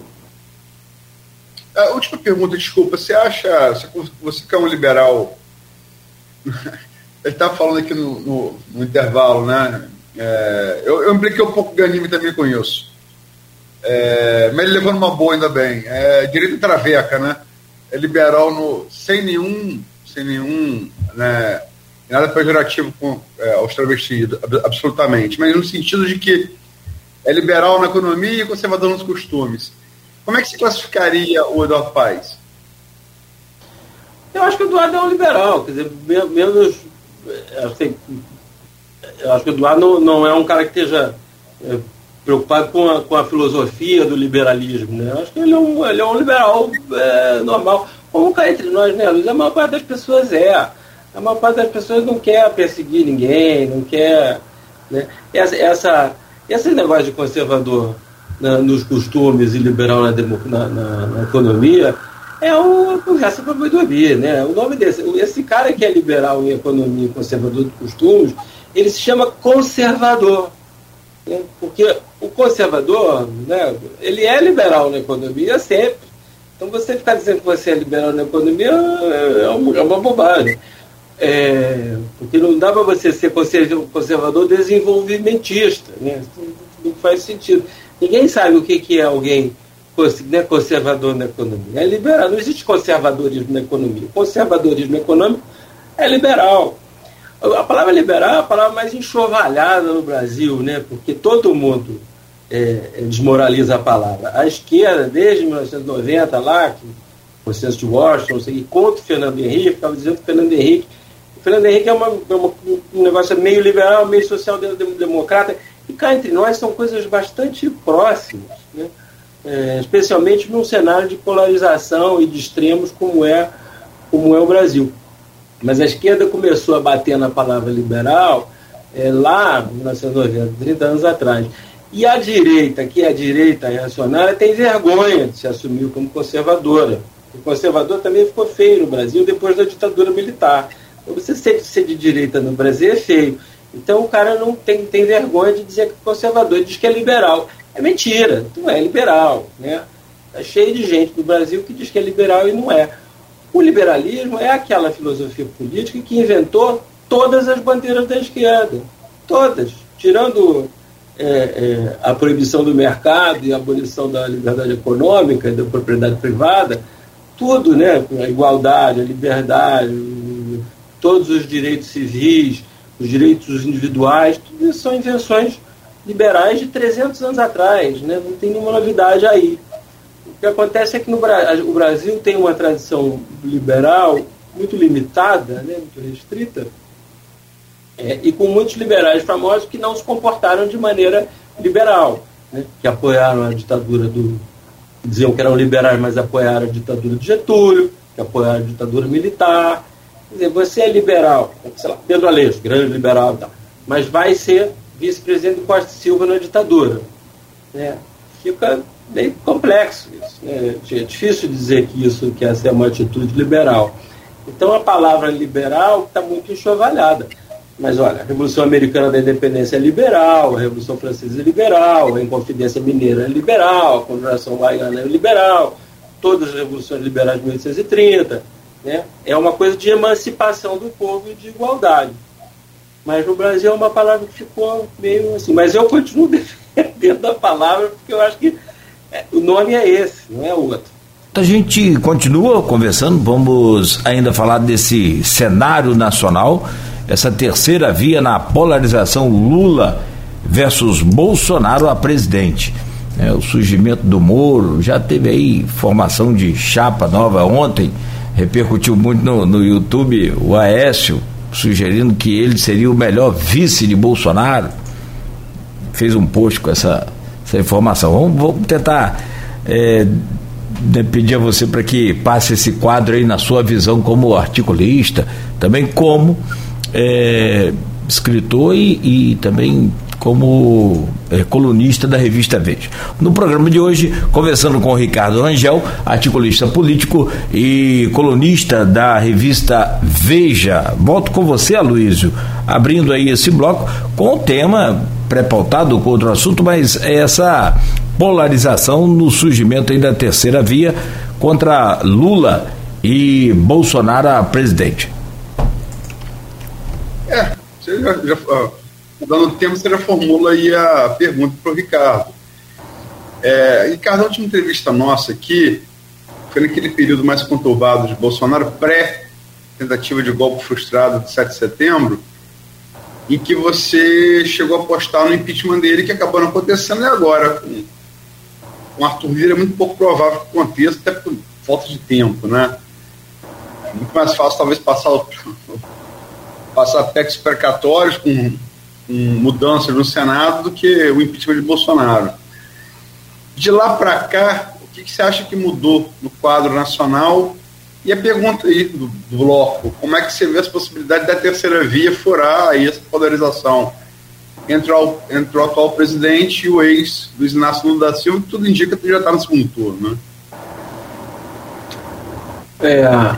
A última pergunta, desculpa. Você que é um liberal... Ele estava falando aqui no intervalo, né? Eu impliquei um pouco de anime também com isso. Mas ele levando uma boa, ainda bem. Direita traveca, né? É liberal sem nenhum né, nada pejorativo aos travestis, absolutamente, mas no sentido de que é liberal na economia e conservador nos costumes. Como é que se classificaria o Eduardo Paes? Eu acho que o Eduardo é um liberal, quer dizer, menos. Eu acho que o Eduardo não é um cara que esteja preocupado com a filosofia do liberalismo, né? Eu acho que ele é um liberal normal. Como cá entre nós, né, Luiz? A maior parte das pessoas A maior parte das pessoas não quer perseguir ninguém, não quer. Né? Esse negócio de conservador nos costumes e liberal na economia é uma conversa para boi dormir, né? O nome esse cara que é liberal em economia e conservador de costumes, ele se chama conservador. Né? Porque o conservador, né, ele é liberal na economia sempre. Então você ficar dizendo que você é liberal na economia é uma bobagem. Porque não dá para você ser conservador desenvolvimentista, né? Não faz sentido. Ninguém sabe o que é alguém conservador na economia. É liberal. Não existe conservadorismo na economia. O conservadorismo econômico é liberal. A palavra liberal é a palavra mais enxovalhada no Brasil, né? Porque todo mundo desmoraliza a palavra. A esquerda, desde 1990, lá, que o consenso de Washington, contra o Fernando Henrique, ficava dizendo que o Fernando Henrique é um negócio meio liberal, meio social-democrata, e cá entre nós são coisas bastante próximas, né? Especialmente num cenário de polarização e de extremos como é o Brasil. Mas a esquerda começou a bater na palavra liberal lá em 1990, 30 anos atrás. E a direita, que é a direita reacionária, tem vergonha de se assumir como conservadora. O conservador também ficou feio no Brasil depois da ditadura militar. Então, você ser de direita no Brasil é feio. Então o cara não tem vergonha de dizer que é conservador, ele diz que é liberal. É mentira, não é liberal, né? Está cheio de gente no Brasil que diz que é liberal e não é. O liberalismo é aquela filosofia política que inventou todas as bandeiras da esquerda. Todas. Tirando a proibição do mercado e a abolição da liberdade econômica e da propriedade privada, tudo, né? A igualdade, a liberdade, todos os direitos civis, os direitos individuais, tudo isso são invenções liberais de 300 anos atrás, né? Não tem nenhuma novidade aí. O que acontece é que o Brasil tem uma tradição liberal muito limitada, né? Muito restrita, e com muitos liberais famosos que não se comportaram de maneira liberal, né? Que apoiaram a ditadura diziam que eram liberais, mas apoiaram a ditadura de Getúlio, que apoiaram a ditadura militar. Quer dizer, você é liberal, sei lá, Pedro Aleixo, grande liberal e tal, mas vai ser vice-presidente do Costa e Silva na ditadura, né? Fica meio complexo isso, né? É difícil dizer que essa é uma atitude liberal. Então a palavra liberal está muito enxovalhada. Mas olha, a Revolução Americana da Independência é liberal, a Revolução Francesa é liberal, a Inconfidência Mineira é liberal, a Conjuração Baiana é liberal, todas as revoluções liberais de 1830, né? É uma coisa de emancipação do povo e de igualdade. Mas no Brasil é uma palavra que ficou meio assim. Mas eu continuo defendendo a palavra porque eu acho que o nome é esse, não é outro. A gente continua conversando, vamos ainda falar desse cenário nacional, essa terceira via na polarização Lula versus Bolsonaro a presidente. O surgimento do Moro, já teve aí formação de chapa nova ontem, repercutiu muito no YouTube o Aécio sugerindo que ele seria o melhor vice de Bolsonaro, fez um post com essa informação. Vamos tentar pedir a você para que passe esse quadro aí na sua visão como articulista, também como escritor e também como colunista da revista Veja. No programa de hoje, conversando com o Ricardo Rangel, articulista político e colunista da revista Veja. Volto com você, Aloysio, abrindo aí esse bloco com o tema pré-pautado com outro assunto, mas essa polarização no surgimento aí da terceira via contra Lula e Bolsonaro a presidente. Você já dando tempo, você já formula aí a pergunta para o Ricardo. Ricardo, a última entrevista nossa aqui foi naquele período mais conturbado de Bolsonaro, pré-tentativa de golpe frustrado de 7 de setembro, em que você chegou a apostar no impeachment dele, que acabou não acontecendo, e agora, com Arthur Lira, é muito pouco provável que aconteça, até por falta de tempo, né? É muito mais fácil, talvez, passar PECs precatórios com mudanças no Senado do que o impeachment de Bolsonaro. De lá para cá, o que você acha que mudou no quadro nacional? E a pergunta aí do bloco, como é que você vê as possibilidades da terceira via furar aí essa polarização entre o atual presidente e o ex-Luiz Inácio Lula da Silva, que tudo indica que já está no segundo turno, né?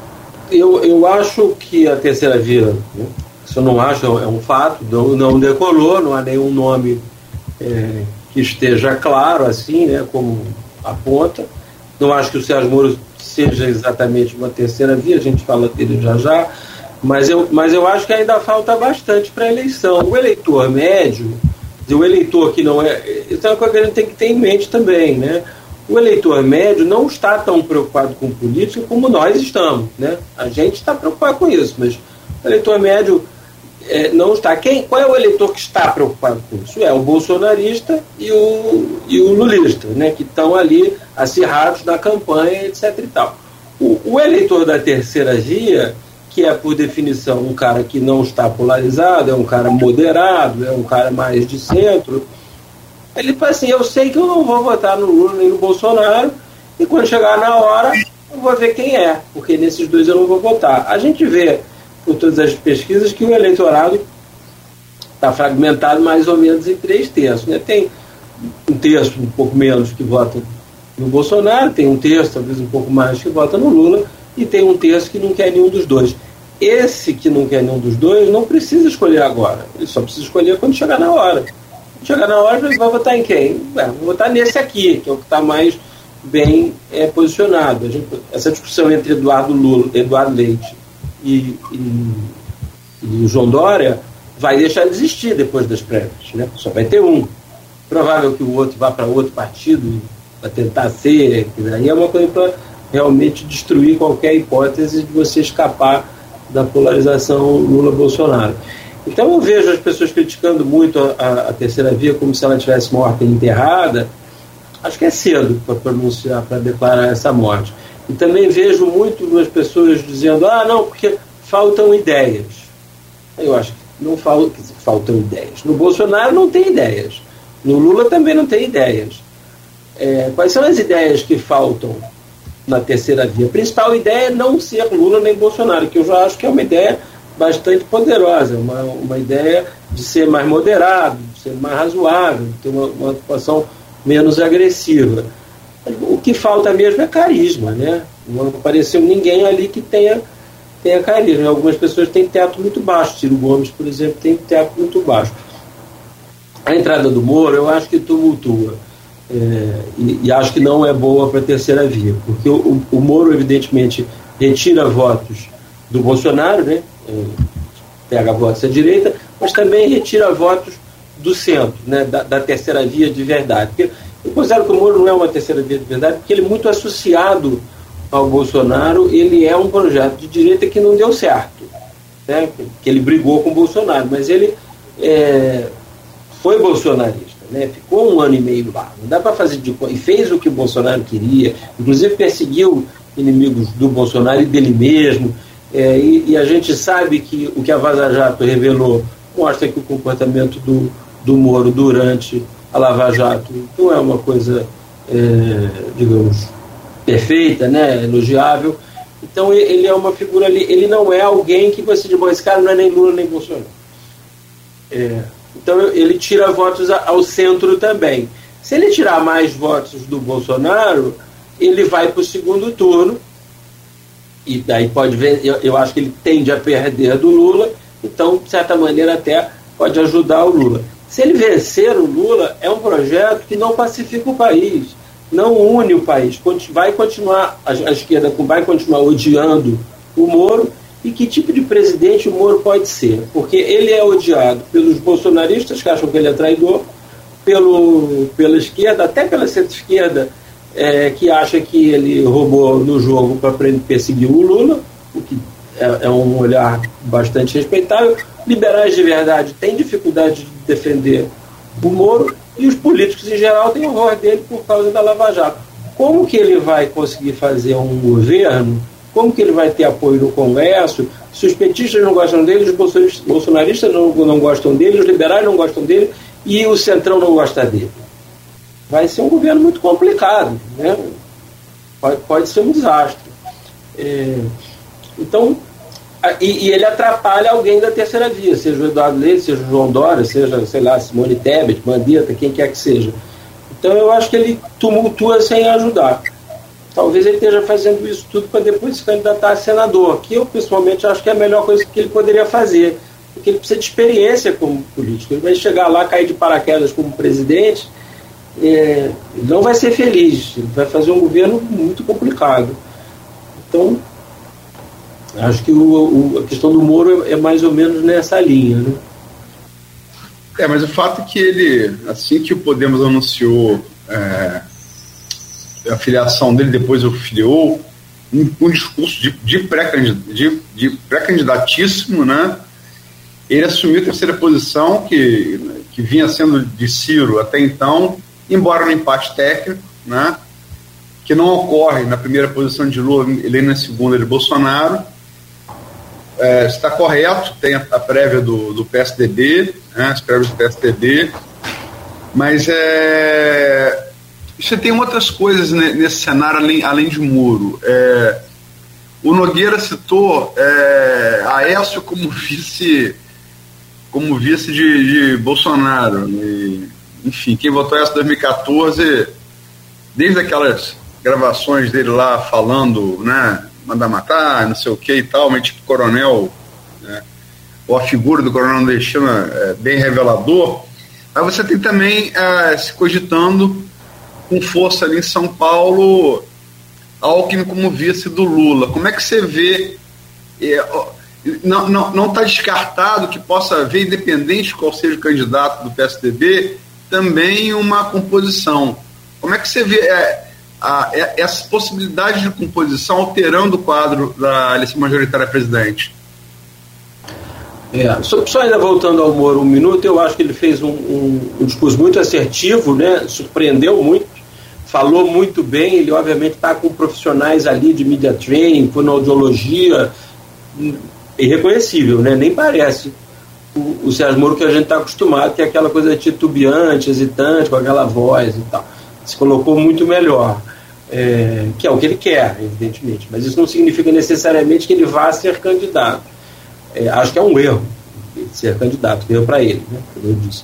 Eu acho que a terceira via, né, isso eu não acho, é um fato, não decolou, não há nenhum nome que esteja claro assim, né, como aponta. Não acho que o Sérgio Moro seja exatamente uma terceira via, a gente fala dele já, mas eu acho que ainda falta bastante para a eleição. O eleitor médio, o eleitor que não é... Isso é uma coisa que a gente tem que ter em mente também, né? O eleitor médio não está tão preocupado com política como nós estamos, né? A gente está preocupado com isso, mas o eleitor médio não está. Qual é o eleitor que está preocupado com isso? É o bolsonarista e o lulista, né? Que estão ali acirrados na campanha, etc. e tal. O eleitor da terceira via, que é, por definição, um cara que não está polarizado, é um cara moderado, é um cara mais de centro, ele fala assim, eu sei que eu não vou votar no Lula nem no Bolsonaro, e quando chegar na hora, eu vou ver quem é, porque nesses dois eu não vou votar. A gente vê, por todas as pesquisas, que o eleitorado está fragmentado mais ou menos em 3/3, né? Tem um terço, um pouco menos, que vota no Bolsonaro, tem um terço, talvez um pouco mais, que vota no Lula, e tem um terço que não quer nenhum dos dois. Esse que não quer nenhum dos dois não precisa escolher agora, ele só precisa escolher quando chegar na hora. Quando chegar na hora, ele vai votar em quem? Vou votar nesse aqui, que é o que está mais bem posicionado. Essa discussão entre Eduardo Leite e o João Dória vai deixar de existir depois das prévias, né? Só vai ter um. Provável que o outro vá para outro partido para tentar ser, que daí é uma coisa para realmente destruir qualquer hipótese de você escapar da polarização Lula-Bolsonaro. Então eu vejo as pessoas criticando muito a terceira via como se ela tivesse morta e enterrada. Acho que é cedo para pronunciar, para declarar essa morte. E também vejo muito as pessoas dizendo, não, porque faltam ideias. Eu acho que não faltam ideias. No Bolsonaro não tem ideias. No Lula também não tem ideias. Quais são as ideias que faltam na terceira via? A principal ideia é não ser Lula nem Bolsonaro, que eu já acho que é uma ideia bastante poderosa, uma ideia de ser mais moderado, de ser mais razoável, de ter uma atuação menos agressiva. O que falta mesmo é carisma, né? Não apareceu ninguém ali que tenha carisma. Algumas pessoas têm teto muito baixo. Ciro Gomes, por exemplo, tem teto muito baixo. A entrada do Moro, eu acho que tumultua. E acho que não é boa para a terceira via, porque o Moro, evidentemente, retira votos do Bolsonaro, né? Pega votos à direita, mas também retira votos do centro, né? Da terceira via de verdade. Porque eu considero que o Moro não é uma terceira via de verdade, porque ele é muito associado ao Bolsonaro, ele é um projeto de direita que não deu certo, né? Que ele brigou com o Bolsonaro, mas ele foi bolsonarista, né? Ficou 1 ano e meio lá, não dá para fazer e fez o que o Bolsonaro queria, inclusive perseguiu inimigos do Bolsonaro e dele mesmo, e a gente sabe que o que a Vaza Jato revelou mostra que o comportamento do Moro durante a Lava Jato não é uma coisa, digamos, perfeita, né? Elogiável. Então ele é uma figura ali, ele não é alguém que você diz, bom, esse cara não é nem Lula nem Bolsonaro. Então ele tira votos ao centro também. Se ele tirar mais votos do Bolsonaro, ele vai para o segundo turno, e daí pode ver, eu acho que ele tende a perder do Lula, então de certa maneira até pode ajudar o Lula. Se ele vencer o Lula, é um projeto que não pacifica o país, não une o país, vai continuar, a esquerda vai continuar odiando o Moro. E que tipo de presidente o Moro pode ser? Porque ele é odiado pelos bolsonaristas, que acham que ele é traidor, pela esquerda, até pela centro-esquerda, que acha que ele roubou no jogo para perseguir o Lula, o que é um olhar bastante respeitável. Liberais de verdade têm dificuldade de defender o Moro, e os políticos em geral têm horror dele por causa da Lava Jato. Como que ele vai conseguir fazer um governo? Como que ele vai ter apoio no Congresso? Se os petistas não gostam dele, os bolsonaristas não gostam dele, os liberais não gostam dele e o Centrão não gosta dele. Vai ser um governo muito complicado, né? Pode ser um desastre. Então, e ele atrapalha alguém da terceira via, seja o Eduardo Leite, seja o João Dória, seja, sei lá, Simone Tebet, Mandetta, quem quer que seja. Então eu acho que ele tumultua sem ajudar. Talvez ele esteja fazendo isso tudo para depois se candidatar a senador, que eu pessoalmente acho que é a melhor coisa que ele poderia fazer, porque ele precisa de experiência como político. Ele vai chegar lá, cair de paraquedas como presidente, não vai ser feliz, ele vai fazer um governo muito complicado. Então, acho que a questão do Moro é mais ou menos nessa linha, né? Mas o fato é que ele, assim que o Podemos anunciou a filiação dele, depois o filiou, um discurso de pré-candidatíssimo, né? Ele assumiu a terceira posição, que vinha sendo de Ciro até então, embora no empate técnico, né? Que não ocorre na primeira posição de Lula, ele na segunda de Bolsonaro. Está correto, tem a prévia do PSDB, né, as prévias do PSDB, mas você tem outras coisas nesse cenário além de Moro. O Nogueira citou Aécio como vice de Bolsonaro. Enfim, quem votou Aécio em 2014, desde aquelas gravações dele lá falando, né, mandar matar, não sei o que e tal, mas tipo coronel, né? Ou a figura do coronel nordestino é bem revelador. Mas você tem também se cogitando com força ali em São Paulo Alckmin como vice do Lula. Como é que você vê? Não está descartado que possa haver, independente de qual seja o candidato do PSDB, também uma composição. Como é que você vê essa possibilidade de composição alterando o quadro da eleição majoritária presidente? Só ainda voltando ao Moro um minuto, eu acho que ele fez um discurso muito assertivo, né? Surpreendeu muito, falou muito bem. Ele obviamente está com profissionais ali de media training, fonoaudiologia, irreconhecível, né? Nem parece o Sérgio Moro que a gente está acostumado, que é aquela coisa titubeante, hesitante, com aquela voz e tal. Se colocou muito melhor, que é o que ele quer, evidentemente, mas isso não significa necessariamente que ele vá ser candidato. Acho que é um erro ser candidato, erro para ele, né, como eu disse.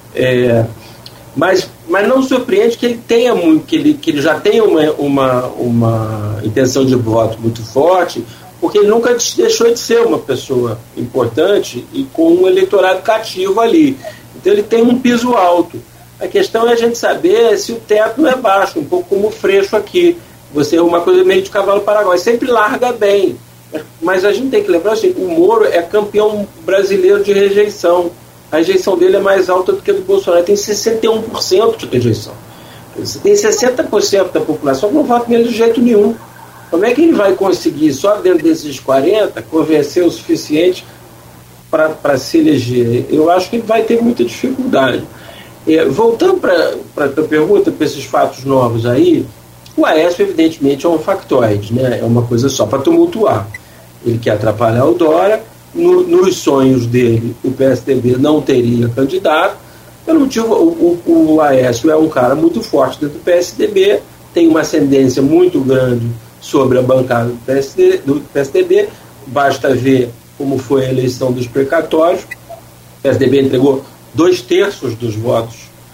Mas não surpreende que ele tenha muito, que ele já tenha uma intenção de voto muito forte, porque ele nunca deixou de ser uma pessoa importante e com um eleitorado cativo ali. Então ele tem um piso alto. A questão é a gente saber se o teto não é baixo, um pouco como o Freixo aqui. Você é uma coisa meio de cavalo paraguai, sempre larga bem. Mas a gente tem que lembrar assim, o Moro é campeão brasileiro de rejeição. A rejeição dele é mais alta do que a do Bolsonaro. Tem 61% de rejeição. Você tem 60% da população que não vota nele de jeito nenhum. Como é que ele vai conseguir, só dentro desses 40%, convencer o suficiente para se eleger? Eu acho que ele vai ter muita dificuldade. Voltando para a tua pergunta, para esses fatos novos aí, o Aécio evidentemente é um factoide, né? É uma coisa só para tumultuar. Ele quer atrapalhar o Dória. Nos sonhos dele, o PSDB não teria candidato. Pelo motivo, o Aécio é um cara muito forte dentro do PSDB, tem uma ascendência muito grande sobre a bancada do PSDB. Basta ver como foi a eleição dos precatórios. O PSDB entregou 2/3 dos votos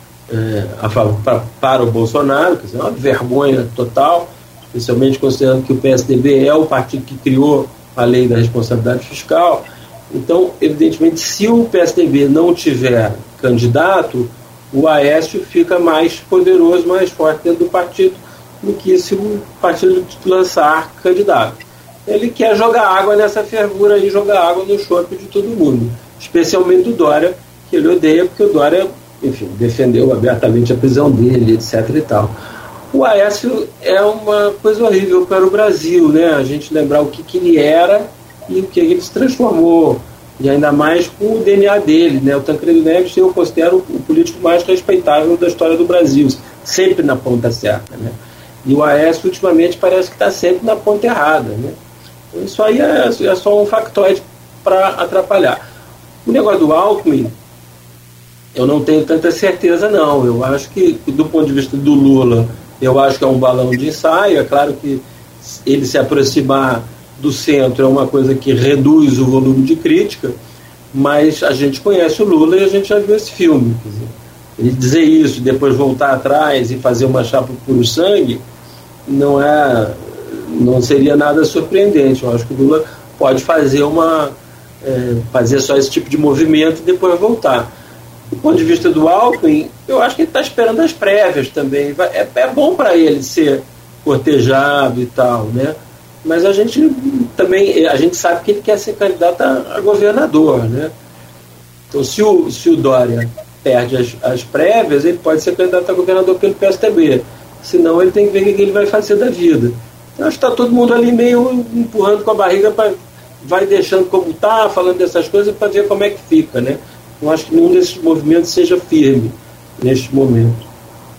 para o Bolsonaro, quer dizer, uma vergonha total, especialmente considerando que o PSDB é o partido que criou a lei da responsabilidade fiscal. Então, evidentemente, se o PSDB não tiver candidato, o Aécio fica mais poderoso, mais forte dentro do partido do que se o partido lançar candidato. Ele quer jogar água nessa fervura e jogar água no chope de todo mundo, especialmente do Dória, que ele odeia, porque o Dória enfim, defendeu abertamente a prisão dele, etc. e tal. O Aécio é uma coisa horrível para o Brasil, né? A gente lembrar o que ele era e o que ele se transformou, e ainda mais com o DNA dele, né? O Tancredo Neves eu considero o político mais respeitável da história do Brasil, sempre na ponta certa, né? E o Aécio ultimamente parece que está sempre na ponta errada, né? Então, isso aí é só um factoide para atrapalhar. O negócio do Alckmin, eu não tenho tanta certeza, não. Eu acho que, do ponto de vista do Lula, eu acho que é um balão de ensaio. É claro que ele se aproximar do centro é uma coisa que reduz o volume de crítica, mas a gente conhece o Lula e a gente já viu esse filme. Quer dizer, ele dizer isso, depois voltar atrás e fazer uma chapa puro sangue, não seria nada surpreendente. Eu acho que o Lula pode fazer fazer só esse tipo de movimento e depois voltar. Do ponto de vista do Alckmin, eu acho que ele está esperando as prévias também. É bom para ele ser cortejado e tal, né? Mas a gente sabe que ele quer ser candidato a governador, né? Então, se o Dória perde as prévias, ele pode ser candidato a governador pelo PSDB. Senão, ele tem que ver o que ele vai fazer da vida. Então, acho que está todo mundo ali meio empurrando com a barriga, vai deixando como está, falando dessas coisas para ver como é que fica, né? Não acho que nenhum desses movimentos seja firme neste momento.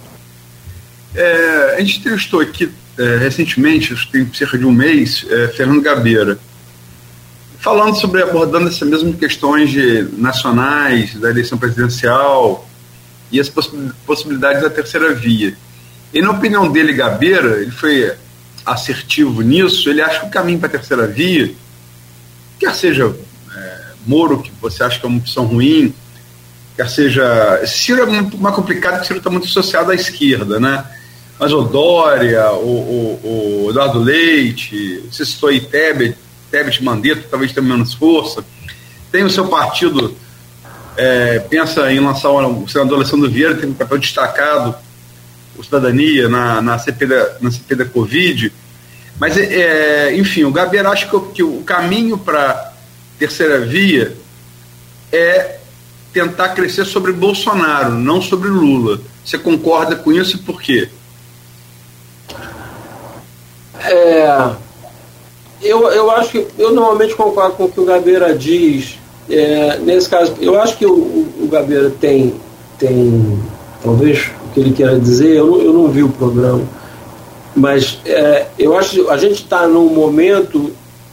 A gente entrevistou aqui recentemente, acho que tem cerca de um mês, Fernando Gabeira, abordando essas mesmas questões nacionais, da eleição presidencial e as possibilidades da terceira via. E na opinião dele, Gabeira, ele foi assertivo nisso. Ele acha que o caminho para a terceira via, quer seja Moro, que você acha que é uma opção ruim, quer seja... Ciro é muito mais complicado, porque Ciro está muito associado à esquerda, né? Mas o Dória, o Eduardo Leite, você citou aí Tebet Mandetta, talvez tenha menos força. Tem o seu partido, pensa em lançar o senador Alessandro Vieira, tem um papel destacado, o Cidadania, na CP da Covid. Mas, enfim, o Gabeira acha que o caminho para terceira via é tentar crescer sobre Bolsonaro, não sobre Lula. Você concorda com isso e por quê? Eu acho que eu normalmente concordo com o que o Gabeira diz. Nesse caso, eu acho que o Gabeira tem talvez o que ele queira dizer. Eu não vi o programa, mas eu acho que a gente está num momento,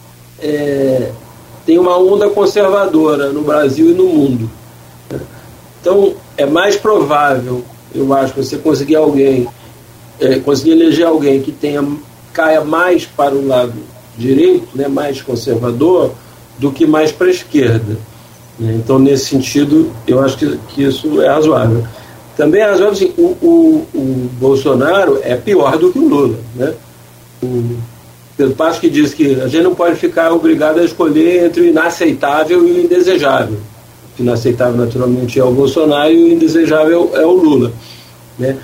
tem uma onda conservadora no Brasil e no mundo. Então é mais provável, eu acho, você conseguir eleger alguém que caia mais para o lado direito, né, mais conservador, do que mais para a esquerda. Então, nesse sentido, eu acho que isso é razoável. Também é razoável, assim, o Bolsonaro é pior do que o Lula, né? O Pedro Passos que diz que a gente não pode ficar obrigado a escolher entre o inaceitável e o indesejável. O inaceitável, naturalmente, é o Bolsonaro e o indesejável é o Lula, né?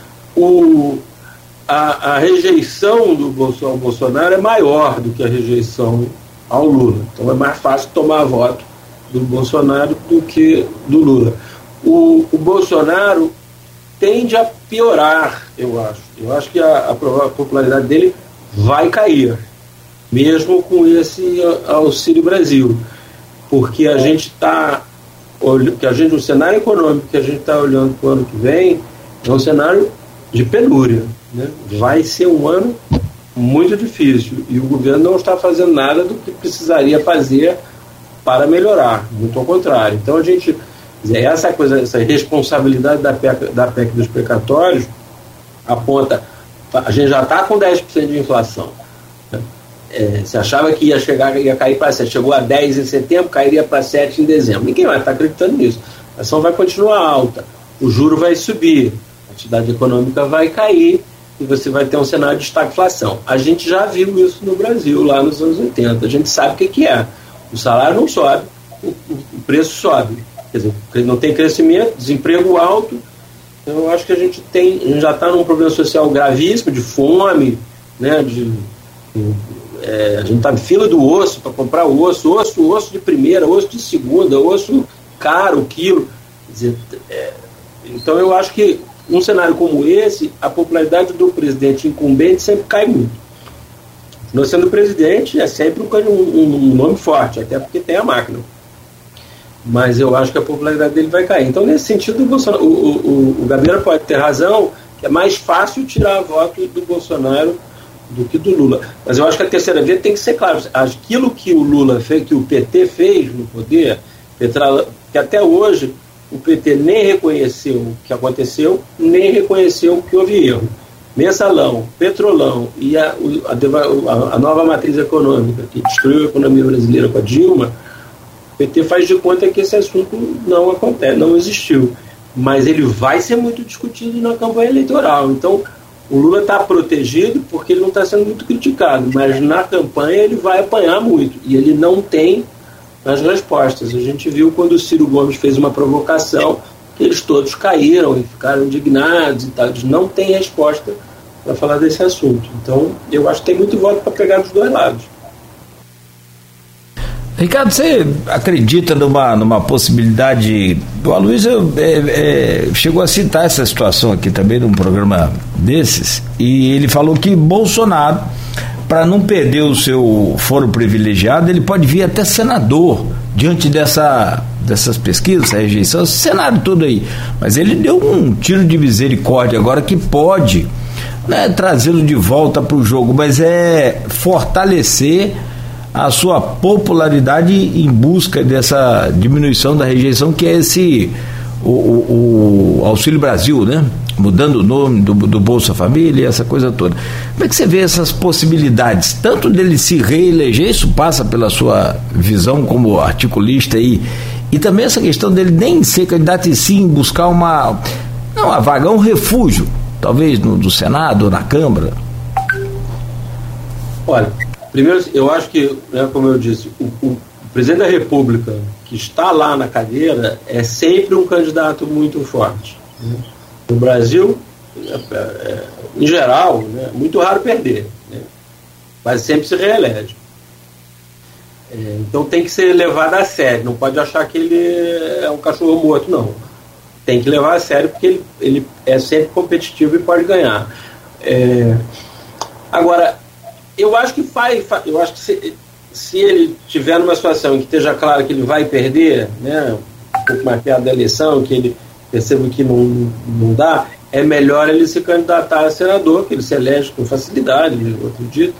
A rejeição do Bolsonaro é maior do que a rejeição ao Lula. Então é mais fácil tomar voto do Bolsonaro do que do Lula. O Bolsonaro tende a piorar, eu acho. Eu acho que a popularidade dele vai cair, mesmo com esse Auxílio Brasil. Porque a gente está... o cenário econômico que a gente está olhando para o ano que vem é um cenário de penúria, né? Vai ser um ano muito difícil e o governo não está fazendo nada do que precisaria fazer para melhorar, muito ao contrário. Então a gente, essa responsabilidade da PEC dos precatórios aponta, a gente já está com 10% de inflação, né? Se achava que ia cair para 7%, chegou a 10% em setembro, cairia para 7% em dezembro. Ninguém vai estar acreditando nisso. A inflação vai continuar alta, o juro vai subir, a atividade econômica vai cair e você vai ter um cenário de estagflação. A gente já viu isso no Brasil, lá nos anos 80. A gente sabe o que é. O salário não sobe, o preço sobe. Quer dizer, não tem crescimento, desemprego alto. Então, eu acho que a gente já está num problema social gravíssimo, de fome, né? A gente está em fila do osso para comprar osso de primeira, osso de segunda, osso caro, quilo. Quer dizer, Então eu acho que num cenário como esse, a popularidade do presidente incumbente sempre cai muito. Não sendo presidente, é sempre um nome forte, até porque tem a máquina. Mas eu acho que a popularidade dele vai cair. Então, nesse sentido, o Gabeira pode ter razão, que é mais fácil tirar voto do Bolsonaro do que do Lula. Mas eu acho que a terceira via tem que ser claro. Aquilo que o Lula fez, que o PT fez no poder, que até hoje o PT nem reconheceu o que aconteceu, nem reconheceu que houve erro. Mensalão, Petrolão e a nova matriz econômica que destruiu a economia brasileira com a Dilma, o PT faz de conta que esse assunto não acontece, não existiu. Mas ele vai ser muito discutido na campanha eleitoral. Então, o Lula está protegido porque ele não está sendo muito criticado, mas na campanha ele vai apanhar muito e ele não tem as respostas. A gente viu quando o Ciro Gomes fez uma provocação, eles todos caíram e ficaram indignados e tal. Eles não têm resposta para falar desse assunto. Então, eu acho que tem muito voto para pegar dos dois lados. Ricardo, você acredita numa possibilidade... O Aloysio chegou a citar essa situação aqui também num programa desses, e ele falou que Bolsonaro, para não perder o seu foro privilegiado, ele pode vir até senador diante dessas pesquisas, essa rejeição, esse cenário todo aí. Mas ele deu um tiro de misericórdia agora que pode, né, trazê-lo de volta para o jogo, mas é fortalecer a sua popularidade em busca dessa diminuição da rejeição, que é esse o Auxílio Brasil, né? Mudando o nome do Bolsa Família, essa coisa toda. Como é que você vê essas possibilidades, tanto dele se reeleger, isso passa pela sua visão como articulista aí, e também essa questão dele nem ser candidato e sim buscar uma vaga, um refúgio, talvez no Senado ou na Câmara? Olha, primeiro, eu acho que, né, como eu disse, o presidente da República que está lá na cadeira é sempre um candidato muito forte. Né? No Brasil, em geral, né, é muito raro perder, né? Mas sempre se reelege. Então tem que ser levado a sério, não pode achar que ele é um cachorro morto, não. Tem que levar a sério porque ele é sempre competitivo e pode ganhar. Agora, eu acho que se ele tiver numa situação em que esteja claro que ele vai perder, né, um pouco mais perto da eleição, que ele perceba que não dá, é melhor ele se candidatar a senador, que ele se elege com facilidade, eu acredito,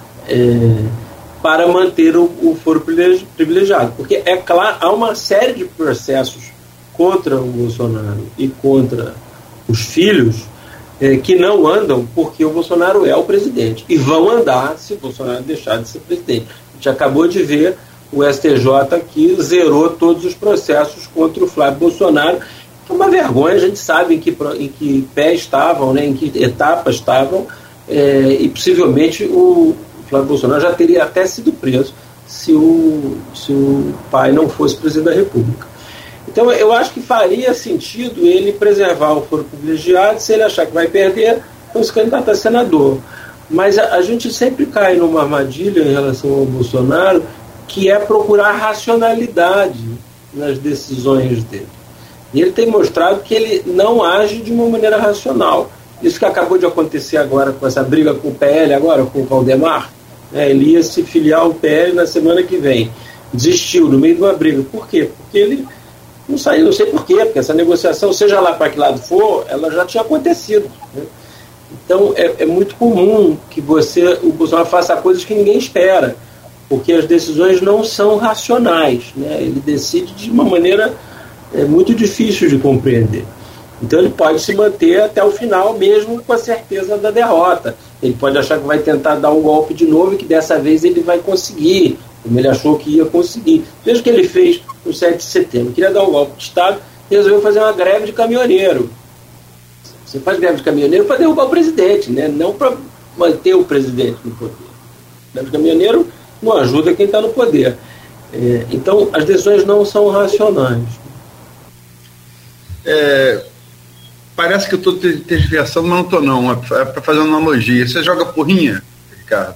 para manter o foro privilegiado. Porque, é claro, há uma série de processos contra o Bolsonaro e contra os filhos que não andam porque o Bolsonaro é o presidente. E vão andar se o Bolsonaro deixar de ser presidente. A gente acabou de ver o STJ que zerou todos os processos contra o Flávio Bolsonaro. É uma vergonha, a gente sabe em que pé estavam, né, em que etapa estavam, e possivelmente o Flávio Bolsonaro já teria até sido preso se o pai não fosse presidente da República. Então eu acho que faria sentido ele preservar o foro privilegiado, se ele achar que vai perder, então se candidatar a senador. Mas a gente sempre cai numa armadilha em relação ao Bolsonaro, que é procurar racionalidade nas decisões dele. E ele tem mostrado que ele não age de uma maneira racional. Isso que acabou de acontecer agora com essa briga com o PL, agora com o Valdemar, né? Ele ia se filiar ao PL na semana que vem. Desistiu no meio de uma briga. Por quê? Porque ele não saiu, não sei por quê, porque essa negociação, seja lá para que lado for, ela já tinha acontecido. Né? Então é muito comum que o Bolsonaro faça coisas que ninguém espera, porque as decisões não são racionais. Né? Ele decide de uma maneira muito difícil de compreender. Então ele pode se manter até o final, mesmo com a certeza da derrota. Ele pode achar que vai tentar dar um golpe de novo e que dessa vez ele vai conseguir, como ele achou que ia conseguir. Veja o que ele fez no 7 de setembro. Queria dar um golpe de Estado e resolveu fazer uma greve de caminhoneiro. Você faz greve de caminhoneiro para derrubar o presidente, né? Não para manter o presidente no poder. Greve de caminhoneiro não ajuda quem está no poder. Então as decisões não são racionais. Parece que eu estou desviação, mas não estou não. É para fazer uma analogia. Você joga porrinha, Ricardo?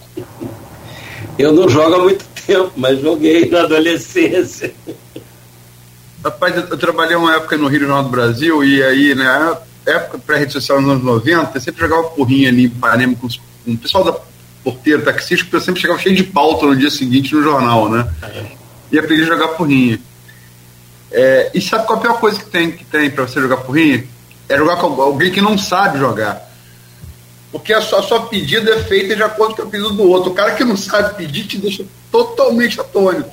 Eu não jogo há muito tempo, mas joguei na adolescência. Rapaz, eu trabalhei uma época no Rio Jornal do Brasil, e aí, na época pré-rede social nos anos 90, eu sempre jogava porrinha ali em Ipanema com o pessoal da porteira, taxista, porque eu sempre chegava cheio de pauta no dia seguinte no jornal, né? E aprendi a jogar porrinha. E sabe qual é a pior coisa que tem para você jogar porrinha? É jogar com alguém que não sabe jogar. Porque a sua pedida é feita de acordo com o pedido do outro. O cara que não sabe pedir te deixa totalmente atônito.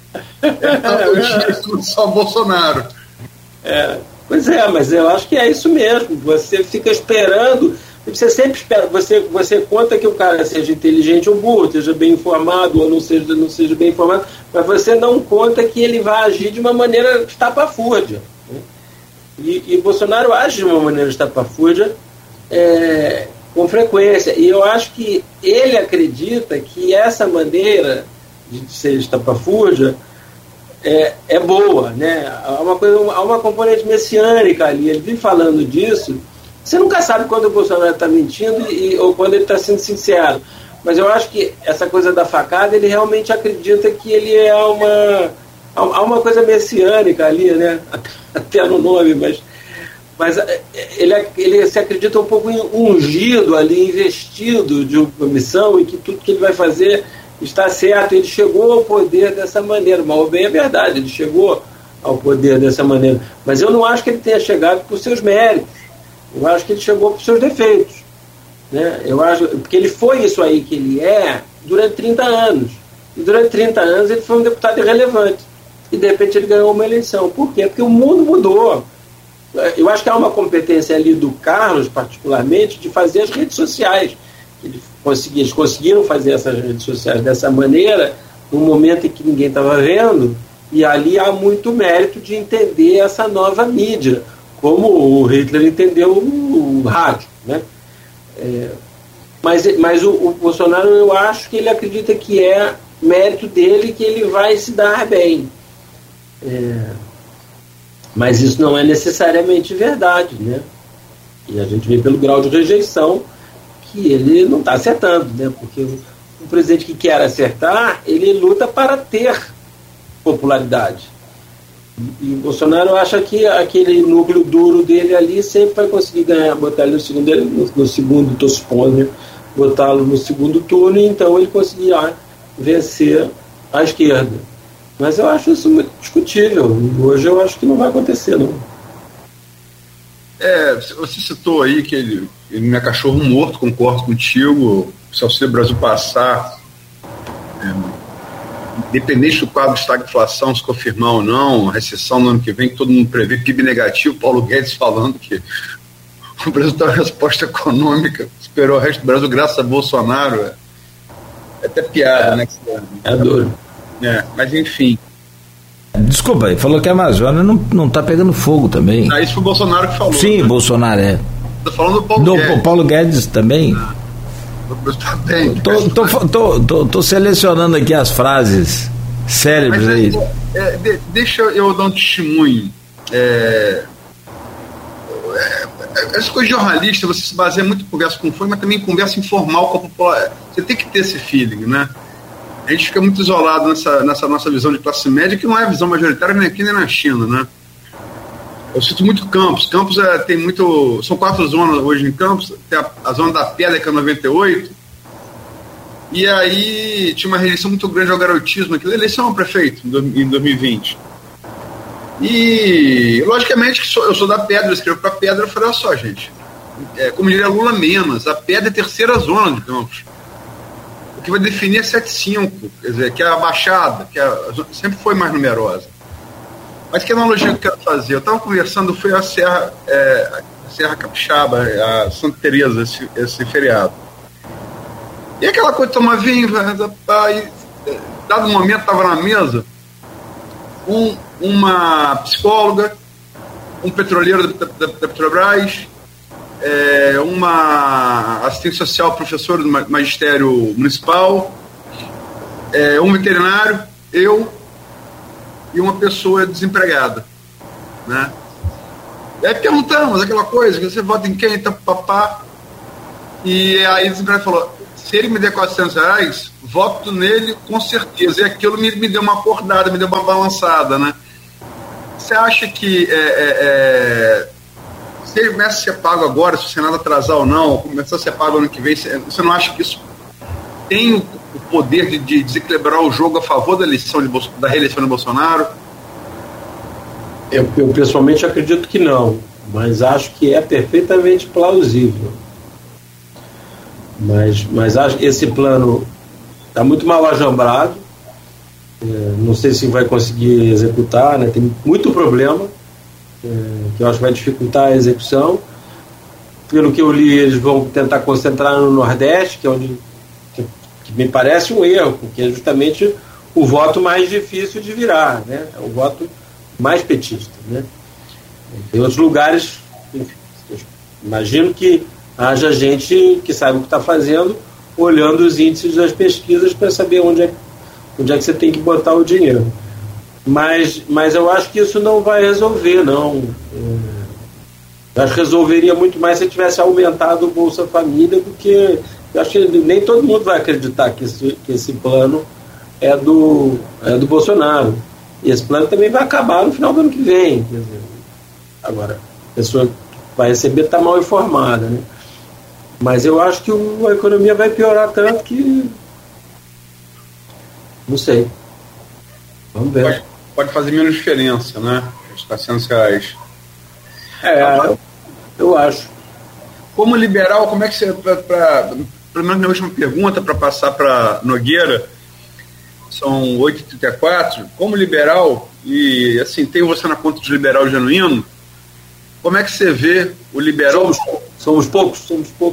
Só Bolsonaro. Pois é, mas eu acho que é isso mesmo. Você fica esperando, você sempre espera, você conta que o cara seja inteligente ou burro, seja bem informado ou não seja bem informado, mas você não conta que ele vai agir de uma maneira estapafúrdia. Né? E Bolsonaro age de uma maneira estapafúrdia com frequência. E eu acho que ele acredita que essa maneira de ser estapafúrdia é boa, né? Há uma componente messiânica ali, ele vive falando disso. Você nunca sabe quando o Bolsonaro está mentindo ou quando ele está sendo sincero, mas eu acho que essa coisa da facada, ele realmente acredita que ele há uma coisa ali, né? Até no nome, mas ele se acredita um pouco ungido ali, investido de uma missão, e que tudo que ele vai fazer está certo. Ele chegou ao poder dessa maneira, mas bem é verdade, ele chegou ao poder dessa maneira, mas eu não acho que ele tenha chegado por seus méritos, eu acho que ele chegou por seus defeitos, né? Eu acho, porque ele foi isso aí que ele é durante 30 anos, e durante 30 anos ele foi um deputado irrelevante, e de repente ele ganhou uma eleição. Por quê? Porque o mundo mudou. Eu acho que há uma competência ali do Carlos, particularmente, de fazer as redes sociais. Eles conseguiram fazer essas redes sociais dessa maneira, num momento em que ninguém estava vendo, e ali há muito mérito de entender essa nova mídia, como o Hitler entendeu o rádio, né? Mas o Bolsonaro, eu acho que ele acredita que é mérito dele, que ele vai se dar bem. Mas isso não é necessariamente verdade, né? E a gente vê pelo grau de rejeição que ele não está acertando, né? Porque o presidente que quer acertar, ele luta para ter popularidade. E o Bolsonaro acha que aquele núcleo duro dele ali sempre vai conseguir ganhar, botar ele no segundo, estou supondo, né? Botá-lo no segundo turno, e então ele conseguirá vencer a esquerda. Mas eu acho isso muito discutível. Hoje eu acho que não vai acontecer, não. Você citou aí que ele não é cachorro morto, concordo contigo. Se o Auxílio Brasil passar, independente do quadro de estagflação, se confirmar ou não, a recessão no ano que vem, que todo mundo prevê PIB negativo, Paulo Guedes falando que o Brasil tem uma resposta econômica, superou o resto do Brasil graças a Bolsonaro. É até piada, né? É duro. Mas enfim. Desculpa, ele falou que a Amazônia não está pegando fogo também. Isso foi o Bolsonaro que falou. Sim, né? Bolsonaro Estou falando do Paulo Guedes. O Paulo Guedes também. Tô selecionando aqui as frases célebres aí. Deixa eu dar um testemunho. Essa coisa de jornalista, você se baseia muito em conversa com fã, mas também em conversa informal com a população. Você tem que ter esse feeling, né? A gente fica muito isolado nessa nossa visão de classe média, que não é a visão majoritária nem aqui nem na China, né? Eu cito muito Campos. Campos tem muito... São 4 zonas hoje em Campos. Tem a zona da Pedra, que é 98. E aí tinha uma rejeição muito grande ao garotismo. Aquilo, eleição ao prefeito em 2020. E, logicamente, eu sou da Pedra, eu escrevo para Pedra. Eu falei, olha só, gente. Como diria Lula menos, a Pedra é a terceira zona de Campos. O que vai definir é 7.5, quer dizer, que é a Baixada, sempre foi mais numerosa. Mas que analogia que eu quero fazer? Eu estava conversando, fui a Serra Capixaba, a Santa Teresa, esse feriado. E aquela coisa de tomar vinho, dado um momento, estava na mesa uma psicóloga, um petroleiro da Petrobras, uma assistente social, professor do magistério municipal, um veterinário, eu e uma pessoa desempregada, né? E aí perguntamos aquela coisa, que você vota em quem, tá, papá, e aí o desempregado falou, se ele me der R$400, voto nele com certeza, e aquilo me deu uma acordada, me deu uma balançada, né? você acha que se ele começa a ser pago agora, se o Senado atrasar ou não, começar a ser pago ano que vem, você não acha que isso tem o poder de desequilibrar o jogo a favor da reeleição de Bolsonaro? Eu pessoalmente acredito que não, mas acho que é perfeitamente plausível. Mas acho que esse plano está muito mal ajambrado, não sei se vai conseguir executar, né? Tem muito problema, que eu acho que vai dificultar a execução. Pelo que eu li, eles vão tentar concentrar no Nordeste, que é onde que me parece um erro, porque é justamente o voto mais difícil de virar, né? É o voto mais petista, né? Em outros lugares, enfim, imagino que haja gente que saiba o que está fazendo, olhando os índices das pesquisas para saber onde é que você tem que botar o dinheiro. Mas eu acho que isso não vai resolver, não. Eu acho que resolveria muito mais se tivesse aumentado o Bolsa Família, porque eu acho que nem todo mundo vai acreditar que esse plano é do Bolsonaro. E esse plano também vai acabar no final do ano que vem. Quer dizer, agora, a pessoa que vai receber está mal informada, né? Mas eu acho que a economia vai piorar tanto que... Não sei. Vamos ver. Pode fazer menos diferença, né? Os R$400. Eu acho. Como liberal, como é que você... Pelo menos minha última pergunta, para passar para Nogueira, são 8h34. Como liberal, e assim, tem você na conta de liberal genuíno, como é que você vê o liberal... Somos poucos.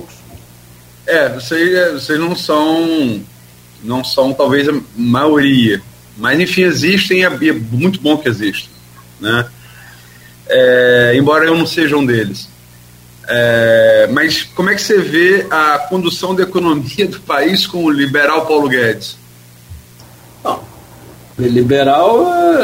Vocês não são talvez a maioria, mas enfim, existem, e é muito bom que existem, né? Embora eu não seja um deles. Mas como é que você vê a condução da economia do país com o liberal Paulo Guedes? Bom, liberal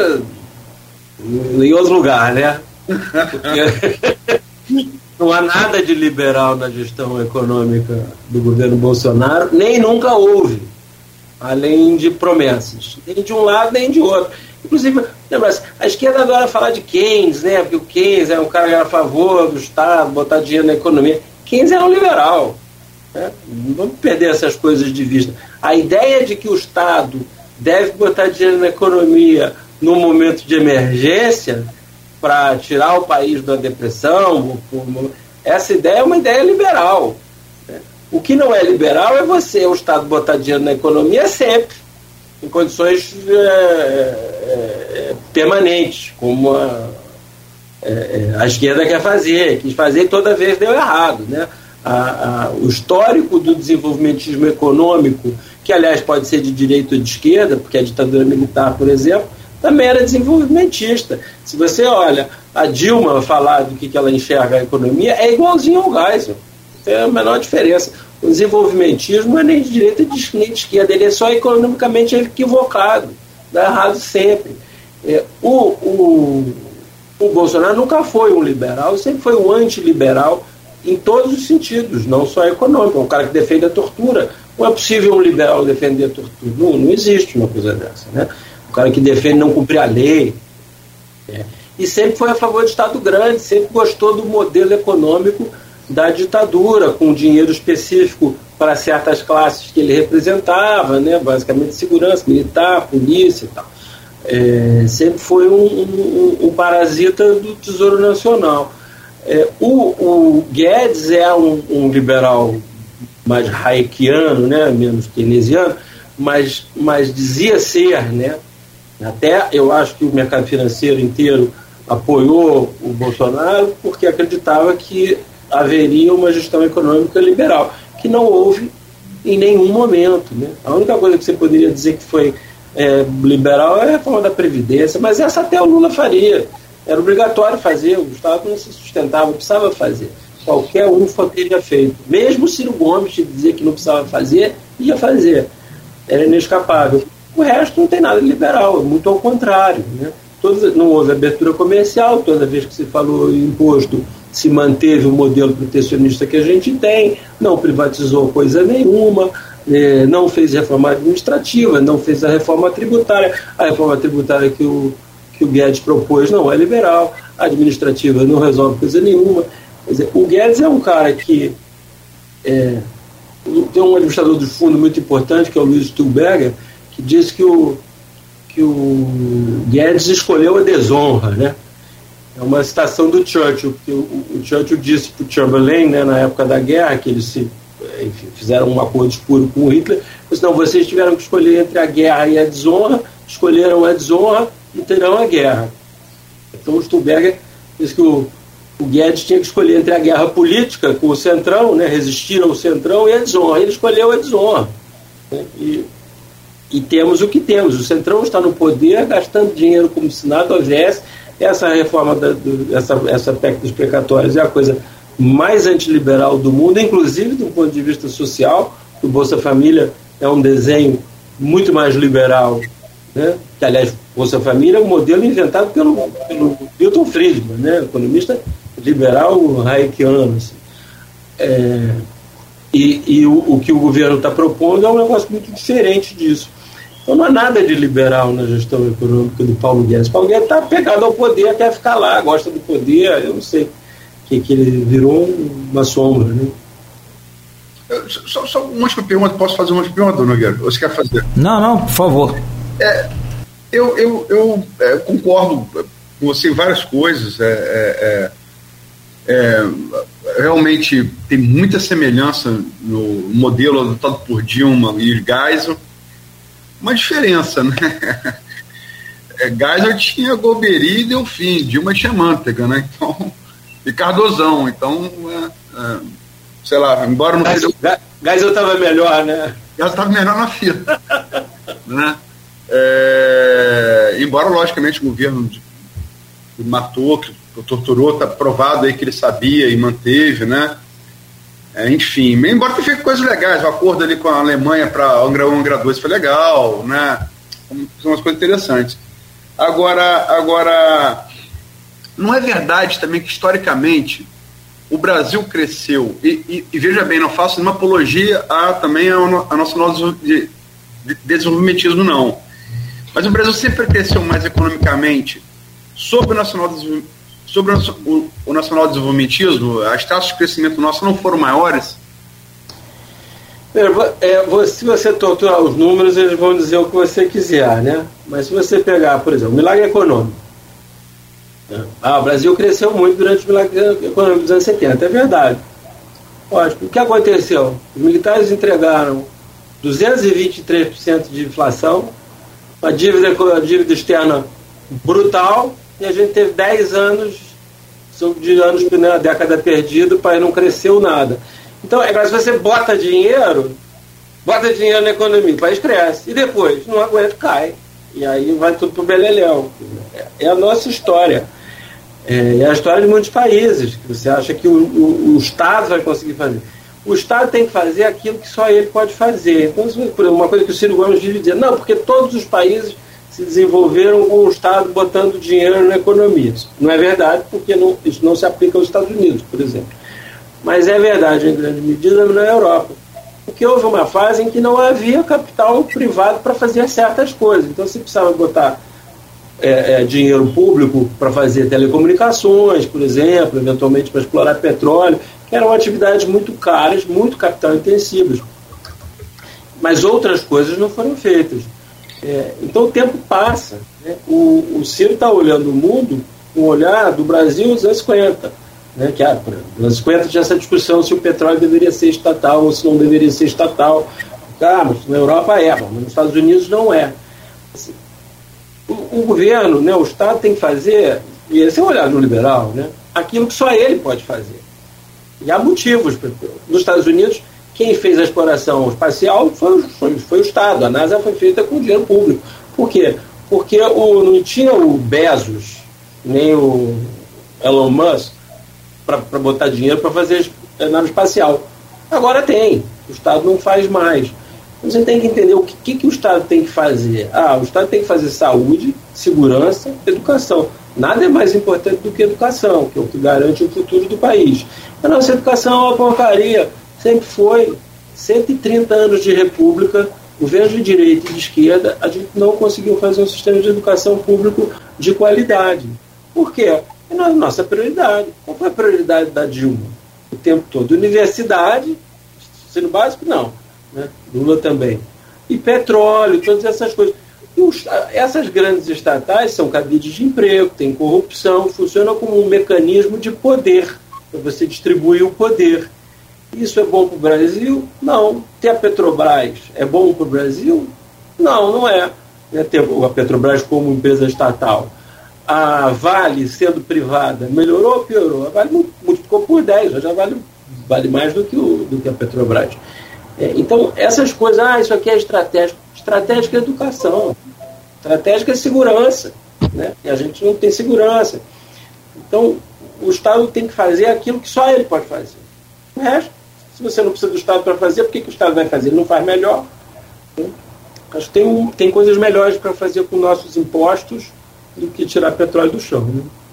em outro lugar, né? Porque não há nada de liberal na gestão econômica do governo Bolsonaro, nem nunca houve, além de promessas, nem de um lado nem de outro. Inclusive, lembra, a esquerda adora falar de Keynes, né? Porque o Keynes é um cara que era a favor do Estado, botar dinheiro na economia. Keynes era um liberal, né? Não vamos perder essas coisas de vista. A ideia de que o Estado deve botar dinheiro na economia num momento de emergência para tirar o país da depressão, essa ideia é uma ideia liberal, né? O que não é liberal é o Estado botar dinheiro na economia sempre, em condições permanentes, como a esquerda quer fazer, quis fazer e toda vez deu errado, né? O histórico do desenvolvimentismo econômico, que aliás pode ser de direita ou de esquerda, porque a ditadura militar, por exemplo, também era desenvolvimentista. Se você olha a Dilma falar do que ela enxerga a economia, é igualzinho ao Geisel, não tem a menor diferença. O desenvolvimentismo não é nem de direita nem de esquerda, ele é só economicamente equivocado, dá errado sempre. O Bolsonaro nunca foi um liberal, sempre foi um antiliberal em todos os sentidos, não só econômico. É um cara que defende a tortura. Não é possível um liberal defender a tortura, não existe uma coisa dessa, né? Um cara que defende não cumprir a lei, e sempre foi a favor de Estado grande, sempre gostou do modelo econômico da ditadura, com dinheiro específico para certas classes que ele representava, né? Basicamente segurança militar, polícia e tal. Sempre foi um parasita do Tesouro Nacional. O Guedes é um liberal mais hayekiano, né? Menos keynesiano, mas dizia ser, né? Até eu acho que o mercado financeiro inteiro apoiou o Bolsonaro porque acreditava que haveria uma gestão econômica liberal, que não houve em nenhum momento, né? A única coisa que você poderia dizer que foi liberal é a reforma da Previdência, mas essa até o Lula faria, era obrigatório fazer, o Estado não se sustentava, precisava fazer, qualquer um teria feito, mesmo Ciro Gomes dizer que não precisava fazer, ia fazer, era inescapável. O resto não tem nada de liberal, muito ao contrário, né? Não houve abertura comercial, toda vez que se falou em imposto se manteve o modelo protecionista que a gente tem, não privatizou coisa nenhuma, não fez reforma administrativa, não fez a reforma tributária que o que o Guedes propôs não é liberal, a administrativa não resolve coisa nenhuma. Quer dizer, o Guedes é um cara que tem um administrador do fundo muito importante, que é o Luiz Stuhlberger, que diz que o Guedes escolheu a desonra, né? É uma citação do Churchill, que o Churchill disse para o Chamberlain, né, na época da guerra, que eles fizeram um acordo escuro com o Hitler, mas não, vocês tiveram que escolher entre a guerra e a desonra, escolheram a desonra e terão a guerra. Então o Stuhlberger disse que o Guedes tinha que escolher entre a guerra política com o Centrão, né, resistir ao Centrão, e a desonra. Ele escolheu a desonra. Né, e temos o que temos. O Centrão está no poder, gastando dinheiro como se nada houvesse. Essa reforma, essa PEC dos precatórios é a coisa mais antiliberal do mundo, inclusive do ponto de vista social. O Bolsa Família é um desenho muito mais liberal, né? Que, aliás, Bolsa Família é um modelo inventado pelo Milton Friedman, né? Economista liberal hayekiano. Assim. O que o governo está propondo é um negócio muito diferente disso. Então não há nada de liberal na gestão econômica do Paulo Guedes. Paulo Guedes está pegado ao poder, quer ficar lá, gosta do poder, eu não sei, que ele virou uma sombra, né? Só uma última pergunta, posso fazer uma última pergunta, Nogueira? Ou você quer fazer? Não, por favor. Eu concordo com você em várias coisas. Realmente tem muita semelhança no modelo adotado por Dilma e Geisel. Uma diferença, né? Geisel tinha Golbery e Delfim, Dilma tinha Manteiga, né? Então, e Cardozão, então, sei lá, embora não seja... Geisel estava melhor, né? Geisel estava melhor na fila, né? Embora, logicamente, o governo matou, que torturou, está provado aí que ele sabia e manteve, né? Enfim, embora tenha feito coisas legais, o acordo ali com a Alemanha para Angra 1, Angra 2 foi legal, né? São umas coisas interessantes. Agora, não é verdade também que, historicamente, o Brasil cresceu, e veja bem, não faço nenhuma apologia também ao nosso modo de desenvolvimentismo, não. Mas o Brasil sempre cresceu mais economicamente sobre o nacional desenvolvimentismo. As taxas de crescimento nosso não foram maiores? Se você torturar os números, eles vão dizer o que você quiser, né? Mas se você pegar, por exemplo, o milagre econômico, o Brasil cresceu muito durante o milagre econômico dos anos 70, é verdade. Ótimo. O que aconteceu? Os militares entregaram 223% de inflação, uma dívida externa brutal, e a gente teve 10 anos na década perdida, o país não cresceu nada. Então, se você bota dinheiro na economia, o país cresce, e depois não aguenta, cai. E aí vai tudo pro beleléu. É a nossa história. É a história de muitos países, que você acha que o Estado vai conseguir fazer. O Estado tem que fazer aquilo que só ele pode fazer. Então, por uma coisa que o Ciro Gomes vive dizendo, não, porque todos os países se desenvolveram com o Estado botando dinheiro na economia. Isso não é verdade, porque isso não se aplica aos Estados Unidos, por exemplo. Mas é verdade, em grande medida, na Europa. Porque houve uma fase em que não havia capital privado para fazer certas coisas. Então, você precisava botar dinheiro público para fazer telecomunicações, por exemplo, eventualmente para explorar petróleo, que eram atividades muito caras, muito capital-intensivas. Mas outras coisas não foram feitas. Então o tempo passa, né? O Ciro está olhando o mundo com o olhar do Brasil dos anos 50, né? Que nos anos 50 tinha essa discussão se o petróleo deveria ser estatal ou se não deveria ser estatal. Mas na Europa mas nos Estados Unidos não é. Assim, o governo, né, o Estado tem que fazer, e esse é o olhar do liberal, né, aquilo que só ele pode fazer. E há motivos. Nos Estados Unidos, quem fez a exploração espacial foi o Estado. A NASA foi feita com dinheiro público. Por quê? Porque não tinha o Bezos, nem o Elon Musk, para botar dinheiro para fazer a nave espacial. Agora tem. O Estado não faz mais. Você tem que entender o que o Estado tem que fazer. O Estado tem que fazer saúde, segurança, educação. Nada é mais importante do que educação, que é o que garante o futuro do país. A nossa educação é uma porcaria. Sempre foi. 130 anos de república, Governos de direita e de esquerda, a gente não conseguiu fazer um sistema de educação público de qualidade. Por quê? É a nossa prioridade. Qual foi a prioridade da Dilma o tempo todo? Universidade, ensino básico, não. Né? Lula também. E petróleo, todas essas coisas. Essas grandes estatais são cabides de emprego, tem corrupção, funcionam como um mecanismo de poder, para você distribuir o poder. Isso é bom para o Brasil? Não. Ter a Petrobras é bom para o Brasil? Não, não é. Ter a Petrobras como empresa estatal. A Vale, sendo privada, melhorou ou piorou? A Vale multiplicou por 10, já vale mais do que a Petrobras. Então, essas coisas, isso aqui é estratégico. Estratégica é educação. Estratégica é segurança. Né? E a gente não tem segurança. Então, o Estado tem que fazer aquilo que só ele pode fazer. O resto, se você não precisa do Estado para fazer, por que o Estado vai fazer? Ele não faz melhor. Acho que tem coisas melhores para fazer com nossos impostos do que tirar petróleo do chão.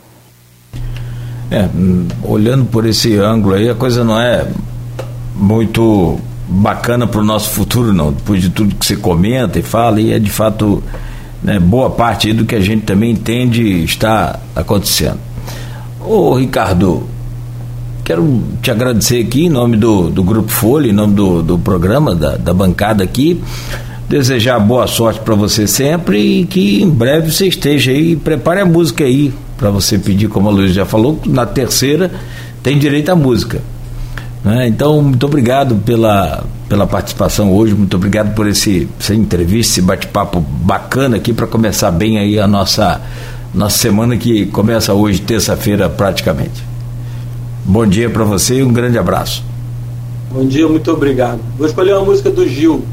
Né? Olhando por esse ângulo aí, a coisa não é muito bacana para o nosso futuro, não. Depois de tudo que você comenta e fala, e é de fato, né, boa parte aí do que a gente também entende está acontecendo. Ô Ricardo, quero te agradecer aqui em nome do Grupo Folha, em nome do programa, da bancada aqui, desejar boa sorte para você sempre e que em breve você esteja aí, prepare a música aí para você pedir, como a Luiz já falou, na terceira tem direito à música, né? Então, muito obrigado pela participação hoje, muito obrigado por essa entrevista, esse bate-papo bacana aqui para começar bem aí a nossa semana, que começa hoje, terça-feira praticamente. Bom dia para você e um grande abraço. Bom dia, muito obrigado. Vou escolher uma música do Gil.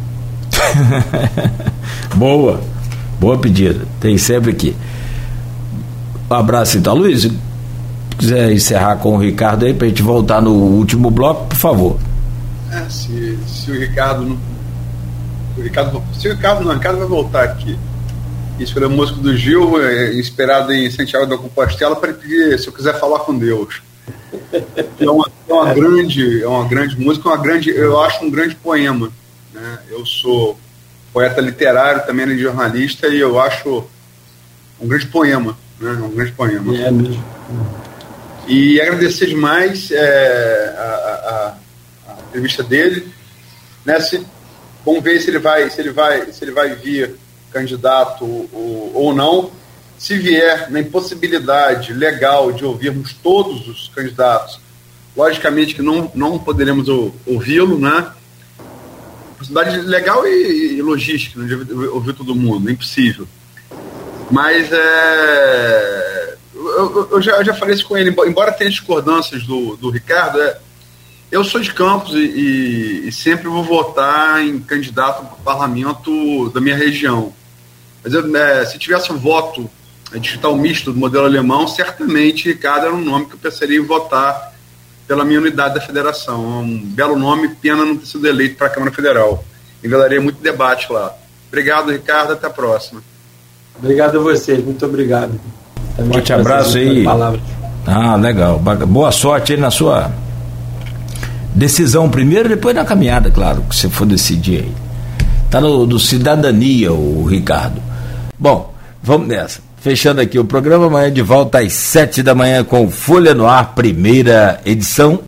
Boa pedida, tem sempre aqui. Um abraço então. Luiz, se quiser encerrar com o Ricardo aí, pra gente voltar no último bloco, por favor. Se o Ricardo vai voltar aqui e escolher a música do Gil, inspirado em Santiago da Compostela, para ele pedir, se eu quiser falar com Deus. É uma grande música, eu acho um grande poema, né? Eu sou poeta literário, também de jornalista, e eu acho um grande poema, né? Um grande poema. É mesmo. E agradecer demais a entrevista dele, né? Vamos ver se ele vai vir candidato ou não. Se vier na impossibilidade legal de ouvirmos todos os candidatos, logicamente que não poderemos ouvi-lo, né? Possibilidade legal e logística, de ouvir todo mundo, é impossível. Mas eu já falei isso com ele, embora tenha discordâncias do Ricardo, eu sou de Campos e sempre vou votar em candidato para o parlamento da minha região. Mas se tivesse um voto digital misto do modelo alemão, certamente Ricardo era um nome que eu pensaria em votar pela minha unidade da federação. É um belo nome, pena não ter sido eleito para a Câmara Federal. Envelaria muito debate lá. Obrigado, Ricardo, até a próxima. Obrigado a você, muito obrigado. Forte abraço aí. Legal. Boa sorte aí na sua decisão primeiro, depois na caminhada, claro, que você for decidir aí. Tá do Cidadania, o Ricardo. Bom, vamos nessa. Fechando aqui o programa, amanhã de volta às 7 da manhã com Folha no Ar, primeira edição.